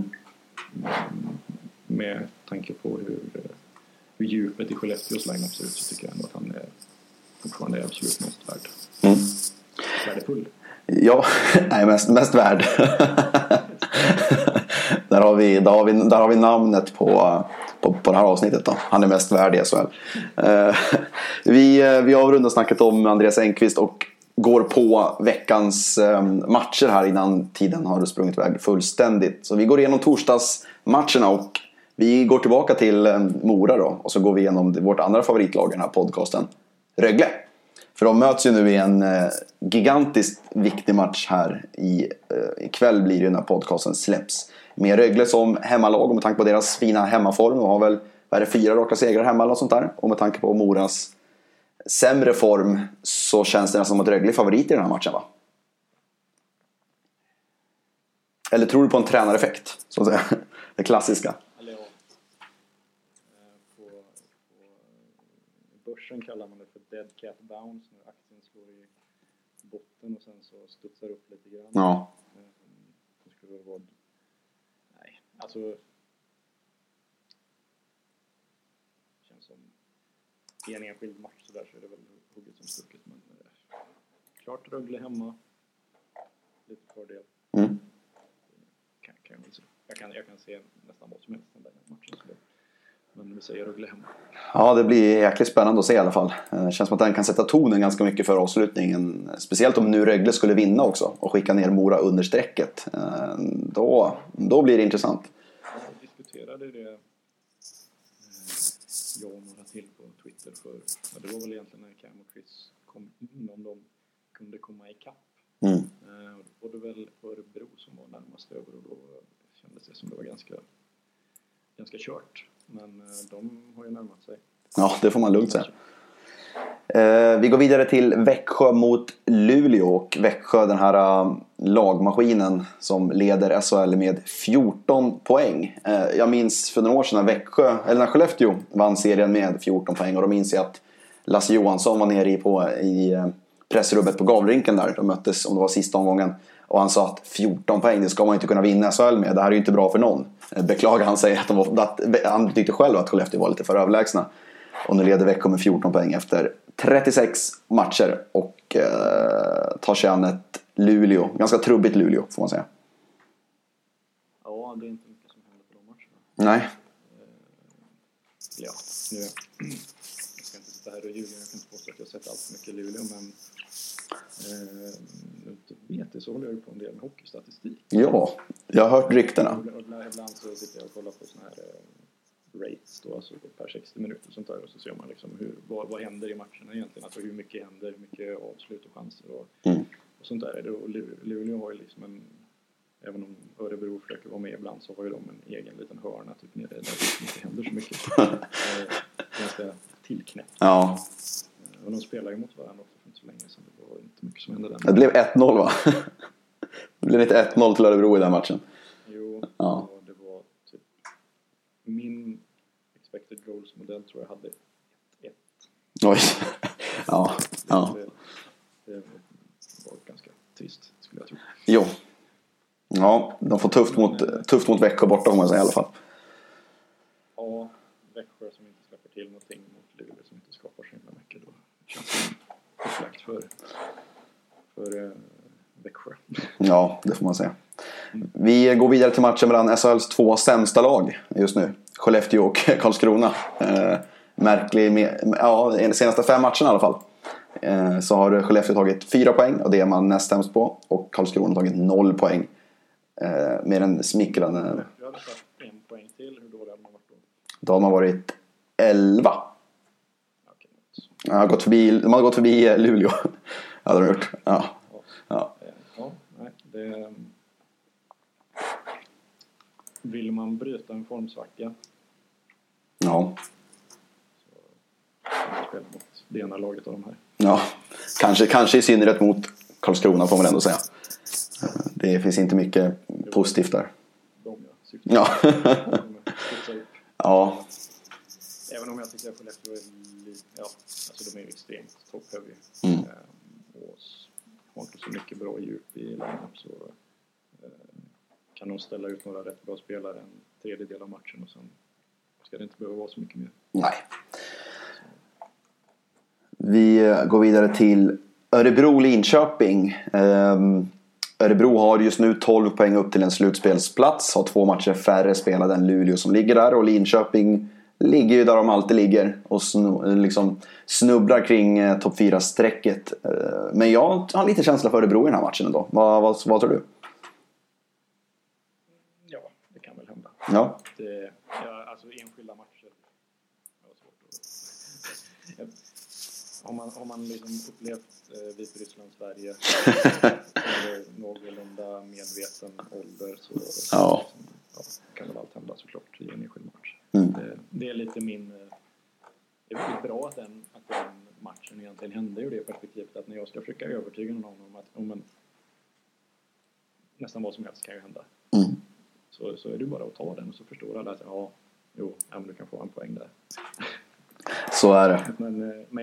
Med tanke på hur djupet i Skellefteås line-up ser ut så tycker jag ändå att han är fortfarande absolut mest värd. Värdefull. Ja, nej, mest värd. Där har vi namnet på det här avsnittet då. Han är mest värd i SHL. Vi avrundar snacket om Andreas Engqvist och går på veckans matcher här innan tiden har sprungit iväg fullständigt. Så vi går igenom torsdagsmatcherna och vi går tillbaka till Mora då. Och så går vi igenom vårt andra favoritlag i den här podcasten, Rögle. För de möts ju nu i en gigantiskt viktig match här ikväll blir det när podcasten släpps. Med Rögle som hemmalag och med tanke på deras fina hemmaform och har väl 4 raka segrar hemma eller något sånt där. Och med tanke på Moras sämre form så känns det som att Rögle är favorit i den här matchen, va? Eller tror du på en tränareffekt? Så att säga. Det klassiska. Eller ja. På börsen kallar man det för dead cat bounce när aktien slår i botten och sen så studsar upp lite grann. Ja. Det skulle vara... Nej, alltså... Känns som... i en enskild match så där så är det väl hugget som stucket. Men klart Rögle hemma. Lite fördel. Jag kan se nästan vad som helst den där matchen. Men vi säger Rögle hemma. Ja, det blir jäkligt spännande att se i alla fall. Det känns som att den kan sätta tonen ganska mycket för avslutningen. Speciellt om nu Rögle skulle vinna också och skicka ner Mora under strecket. Då blir det intressant. Jag diskuterade det jag och några till på Twitter för. Det var väl egentligen när Cam och Chris kom in, om de kunde komma ikapp. Och det var väl Örebro som var närmast över, och då kändes det som det var ganska kört. Men de har ju närmat sig. Ja, det får man lugnt säga. Vi går vidare till Växjö mot Luleå. Och Växjö, den här lagmaskinen som leder SHL med 14 poäng. Jag minns för några år sedan när Skellefteå vann serien med 14 poäng. Och då minns jag att Lasse Johansson var nere i pressrummet på Gavrinken där. De möttes, om det var sista omgången. Och han sa att 14 poäng, det ska man inte kunna vinna SHL med. Det här är ju inte bra för någon. Beklagar han sig att han tyckte själv att Skellefteå var lite för överlägsna. Och nu leder Växjö med 14 poäng efter 36 matcher. Och tar sig an ett Luleå. Ganska trubbigt Luleå, får man säga. Ja, det är inte mycket som händer på de matcherna. Nej. Ja, nu, jag ska inte sitta här och ljuga. Jag kan inte påstå att jag har sett allt för mycket Luleå. Men vet det, så håller jag ju på en del med hockeystatistik. Ja, jag har hört ryktena. Ibland så sitter jag och kollar på såna här rates då, alltså per 60 minuter och sånt där, och så ser man liksom vad händer i matcherna egentligen, alltså hur mycket händer, hur mycket avslut och chanser och sånt där. Och Luleå har ju liksom även om Örebro försöker vara med ibland, så har ju de en egen liten hörna typ nere där det inte händer så mycket. Ganska tillknäppt. Ja. Och de spelar ju mot varandra också för inte så länge sedan. Det var inte mycket som hände där. Det blev 1-0 va? Det blev inte 1-0 till Örebro i den matchen. Jo, ja. Det var typ min expected goals-modell tror jag hade 1. Oj. Ja. Det var ganska trist, skulle jag tro. Jo. Ja, de får tufft mot Växjö borta, om man säger i alla fall. Ja, Växjö som inte släpper till någonting mot Luleå som inte skapar så himla mycket, då känns det upplagt för Växjö. Ja, det får man säga. Vi går vidare till matchen mellan SHLs 2 sämsta lag just nu. Skellefteå och Karlskrona. De senaste 5 matcherna i alla fall. Så har Skellefteå tagit 4 poäng, och det är man näst sämst på. Och Karlskrona har tagit 0 poäng. Med en smickrande... Jag hade satt 1 poäng till. Hur dålig hade man varit då? Då har man varit 11. Okej. De har gått förbi Luleå. Hade de gjort. Ja, nej, det... Vill man bryta en formsvacka, ja. så kan man spela mot det ena laget av de här. Ja, kanske i synnerhet mot Karlskrona, får man ändå säga. Det finns inte mycket positivt där. Ja. Ja. Även om jag tycker att Skellefteå är alltså de är extremt top-heavy. Och har inte så mycket bra djup i line-up, så kan de ställa ut några rätt bra spelare en tredjedel av matchen, och sen ska det inte behöva vara så mycket mer. Nej. Vi går vidare till Örebro-Linköping. Örebro har just nu 12 poäng upp till en slutspelsplats. Har 2 matcher färre spelade än Luleå som ligger där. Och Linköping ligger ju där de alltid ligger. Och liksom snubblar kring topp 4-strecket. Men jag har lite känsla för Örebro i den här matchen ändå. Vad tror du? Ja, det kan väl hända. Ja. Alltså enskilda matcher. Det var svårt att... Har man liksom upplevt Vitryssland, Sverige under någorlunda medveten ålder, så kan väl allt hända såklart i en enskild match. Det är lite det är väldigt bra att den matchen egentligen hände ur det perspektivet att när jag ska försöka övertyga någon om att nästan vad som helst kan ju hända. Så är det bara att ta den, och så förstår alla att men du kan få en poäng där. Så är det. Men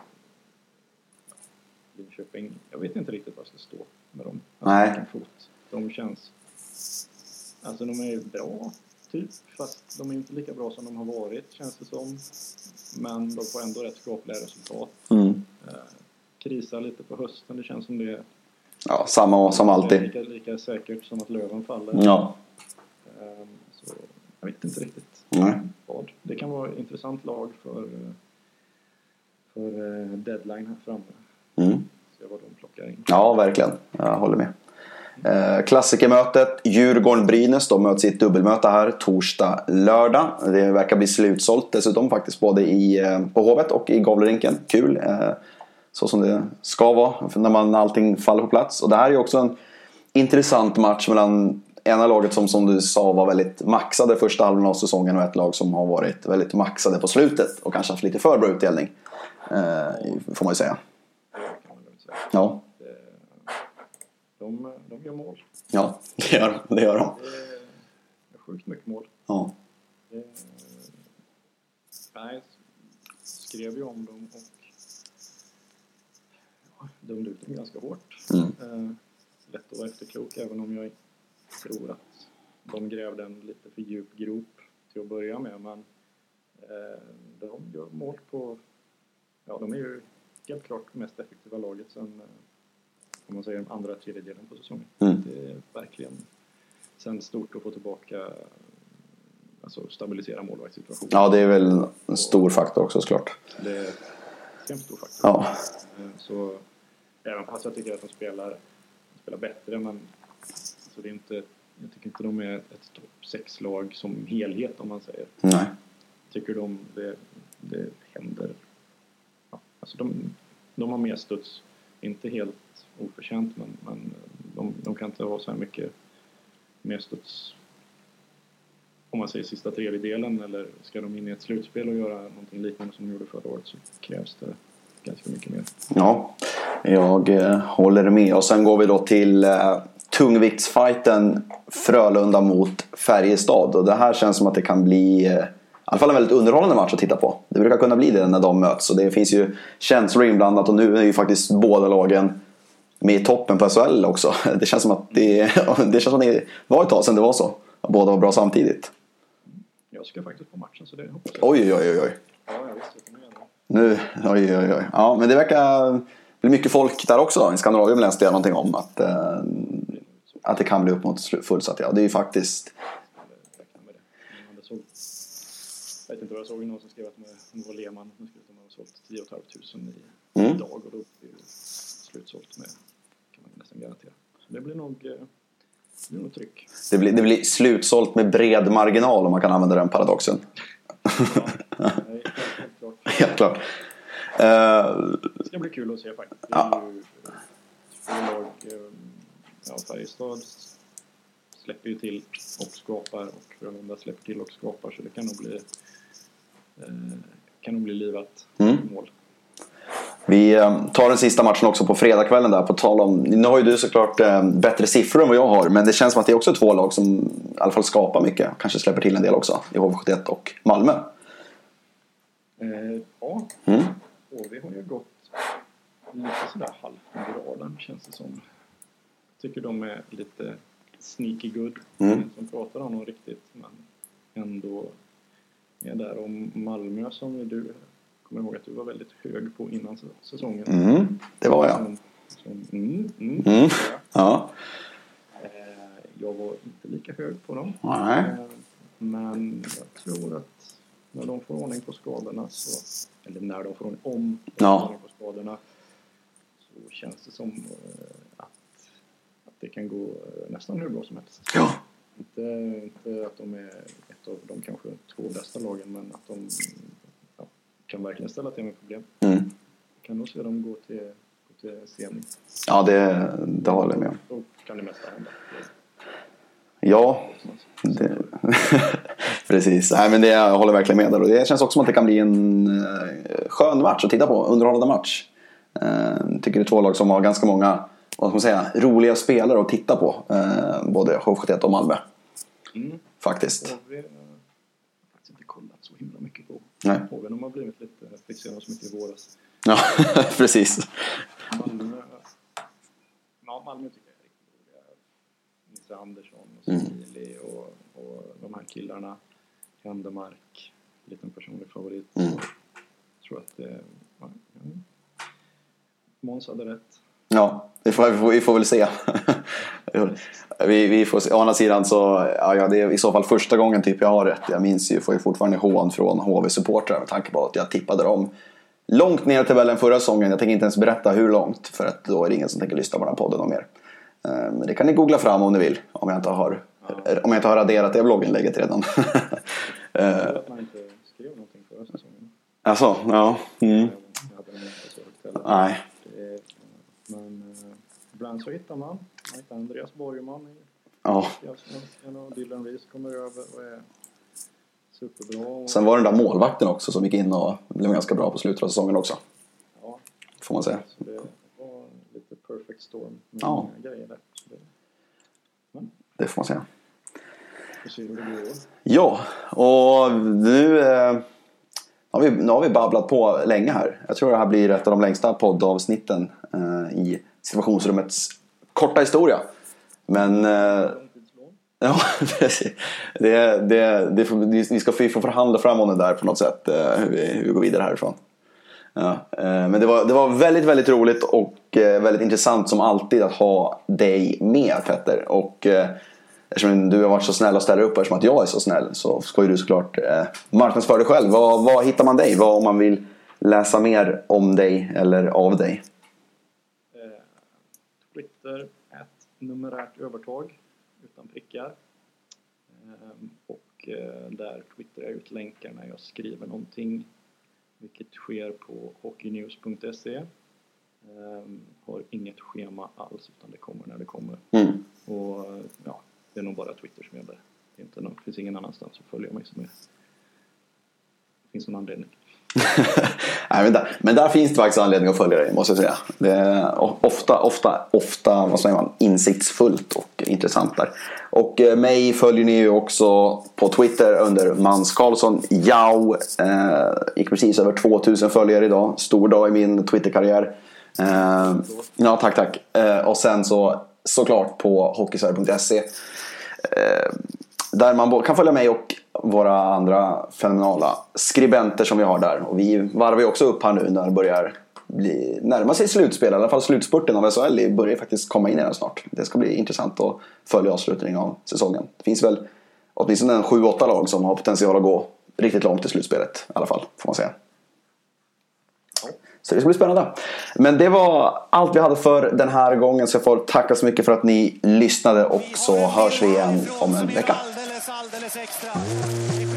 Linköping, jag vet inte riktigt vad jag ska stå med dem. Nej. De känns... Alltså de är bra, typ. Fast de är inte lika bra som de har varit, känns det som. Men de får ändå rätt skapliga resultat. Krisar lite på hösten. Det känns som det. Ja, samma som alltid. Lika säkert som att löven faller. Ja. Så jag vet inte riktigt vad. Det kan vara ett intressant lag för deadline här framme. Se vad de plockar in. Ja, verkligen. Jag håller med. Klassikermötet Djurgården-Brynäs. De möts i ett dubbelmöte här torsdag, lördag. Det verkar bli slutsålt dessutom faktiskt både på Hovet och i Gavlerinken. Kul. Så som det ska vara när allting faller på plats. Och det här är också en intressant match mellan ena laget som du sa var väldigt maxade första halvan av säsongen och ett lag som har varit väldigt maxade på slutet och kanske haft lite för bra utdelning. Får man ju säga. Det kan man väl säga. Ja. De gör mål. Ja, det gör de. Det är sjukt mycket mål. Ja. Jag skrev ju om dem och dömde ut dem ganska hårt. Lätt att vara efterklok, även om jag tror att de grävde en lite för djup grop till att börja med. Men de gör mål på... Ja, de är ju helt klart mest effektiva laget sen, om man säger, andra tredjedelen på säsongen. Det är verkligen sen stort att få tillbaka, alltså stabilisera målvaktssituationen. Ja, det är väl en stor faktor också såklart. Det är en stor faktor. Ja. Så även fast jag tycker att de spelar bättre, men alltså det är inte, jag tycker inte de är ett topp 6-lag som helhet, om man säger. Nej. Tycker det händer. Ja, alltså de har mer studs. Inte helt oförtjänt, men de kan inte ha så här mycket mer studs. Om man säger sista tredjedelen, eller ska de in i ett slutspel och göra någonting liknande som de gjorde förra året, så krävs det ganska mycket mer. Ja, jag håller med. Och sen går vi då till tungviktsfighten Frölunda mot Färjestad. Och det här känns som att det kan bli i alla fall en väldigt underhållande match att titta på. Det brukar kunna bli det när de möts. Och det finns ju känslor inblandat. Och nu är ju faktiskt båda lagen med i toppen på SHL också. Det känns som att det känns som att det var ett tag sedan det var så. Båda var bra samtidigt. Jag ska faktiskt på matchen, så det hoppas jag. Oj. Ja, jag visste att de gör Nu, det. oj. Ja, men det verkar bli mycket folk där också. I Skandinavien läste jag någonting om att det kan bli upp mot fullsatt. Ja, det är ju faktiskt... Jag vet inte vad jag såg, någon som skrev att det var Lehmann som skrev att de hade sålt 10 500 idag, och då blir det slutsålt med, kan man nästan garantera. Så det blir nog tryck. Det blir slutsålt med bred marginal, om man kan använda den paradoxen. Ja, helt klart. Det ska bli kul att se faktiskt. Det är ju lag, Färjestad släpper ju till och skapar, och Frölunda släpper till och skapar, så det kan nog bli livat mål. Vi tar den sista matchen också på fredagskvällen där. På tal om, nu har ju du såklart bättre siffror än vad jag har, men det känns som att det är också två lag som i alla fall skapar mycket. Kanske släpper till en del också i HV71 och Malmö. Ja, HV har ju gått lite sådär halvt under radarn, känns det som. Tycker de är lite sneaky good, som pratar om dem riktigt, men ändå är där. Om Malmö, som du kommer ihåg att du var väldigt hög på innan säsongen. Det var jag. Ja. Jag var inte lika hög på dem. Nej. Men jag tror att när de får ordning på skadorna, eller när de får ordning på skadorna, så känns det som att det kan gå nästan hur bra som helst. Ja. Inte att de är ett av de kanske 2 bästa lagen, men att de kan verkligen ställa till med problem. Kan nog se dem gå till semi. Ja, det håller jag med om. Då kan det mesta hända. Ja, precis. Nej, men jag håller verkligen med där. Och det känns också som att det kan bli en skön match att titta på. Underhållande match. Tycker det är 2 lag som har ganska många, vad ska man säga, roliga spelare att titta på. Både HV71 och Malmö. Faktiskt. HV har faktiskt inte kollat så himla mycket på. Nej. HV, de har blivit lite fixerade så mycket i våras. Ja, precis. Malmö tycker jag är riktigt roliga. Nisse Andersson och Smili och de här killarna. Händemark, liten personlig favorit. att Måns hade rätt. Ja, vi får väl se. vi får se. Å andra sidan så det är i så fall första gången typ jag har rätt. Jag minns ju, får ju fortfarande hån från HV-supportrar med tanke på att jag tippade dem långt ner i tabellen förra säsongen. Jag tänker inte ens berätta hur långt, för att då är det ingen som tänker lyssna på den här podden om mer. Men det kan ni googla fram om ni vill, om jag inte har raderat det blogginlägget redan. Att man inte skrev någonting förra säsongen. Alltså, ja. Jag hade den inte så högt heller. Nej. Men ibland så hittar man Andreas Borgman i Allsvenskan, och Dylan Reese kommer över och är superbra. Sen var den där målvakten också som gick in och blev ganska bra på slutet av säsongen också. Ja. Får man säga. Så det var lite perfect storm med många grejer där. Det får man säga. Vi ser hur det går. Ja, och nu har vi babblat på länge här. Jag tror det här blir ett av de längsta poddavsnitten i situationsrummets korta historia. Men ja, precis. Vi ska få förhandla fram om det där på något sätt, hur vi går vidare härifrån. Ja, men det var väldigt, väldigt roligt och väldigt intressant som alltid att ha dig med, Petter. Och eftersom du har varit så snäll och ställer upp, eftersom att jag är så snäll, så ska ju du såklart marknadsföra dig själv. Vad hittar man dig? Om man vill läsa mer om dig eller av dig? Twitter @ övertag utan prickar. Och där twittrar jag ut länkar när jag skriver någonting, vilket sker på hockeynews.se. Har inget schema alls, utan det kommer när det kommer. Och det är nog bara Twitter som gäller. Det finns ingen annanstans att följa mig som är. Det finns en anledning. Nej, men där finns det faktiskt anledning att följa dig, måste jag säga. Det är ofta vad säger man, insiktsfullt och intressant där. Och mig följer ni ju också på Twitter under Mans Karlsson. Gick precis över 2000 följare idag. Stor dag i min Twitter-karriär. Ja, tack. Och sen såklart på hockeysverige.se, där man kan följa mig och våra andra fenomenala skribenter som vi har där. Och vi varvar ju också upp här nu när det börjar närma sig slutspel. I alla fall slutspurten av SHL börjar faktiskt komma in redan snart. Det ska bli intressant att följa avslutningen av säsongen. Det finns väl åtminstone 7-8 lag som har potential att gå riktigt långt i slutspelet i alla fall, får man säga. Så det ska bli spännande. Men det var allt vi hade för den här gången. Så jag får tacka så mycket för att ni lyssnade. Och så hörs vi igen om en vecka. Alldeles extra.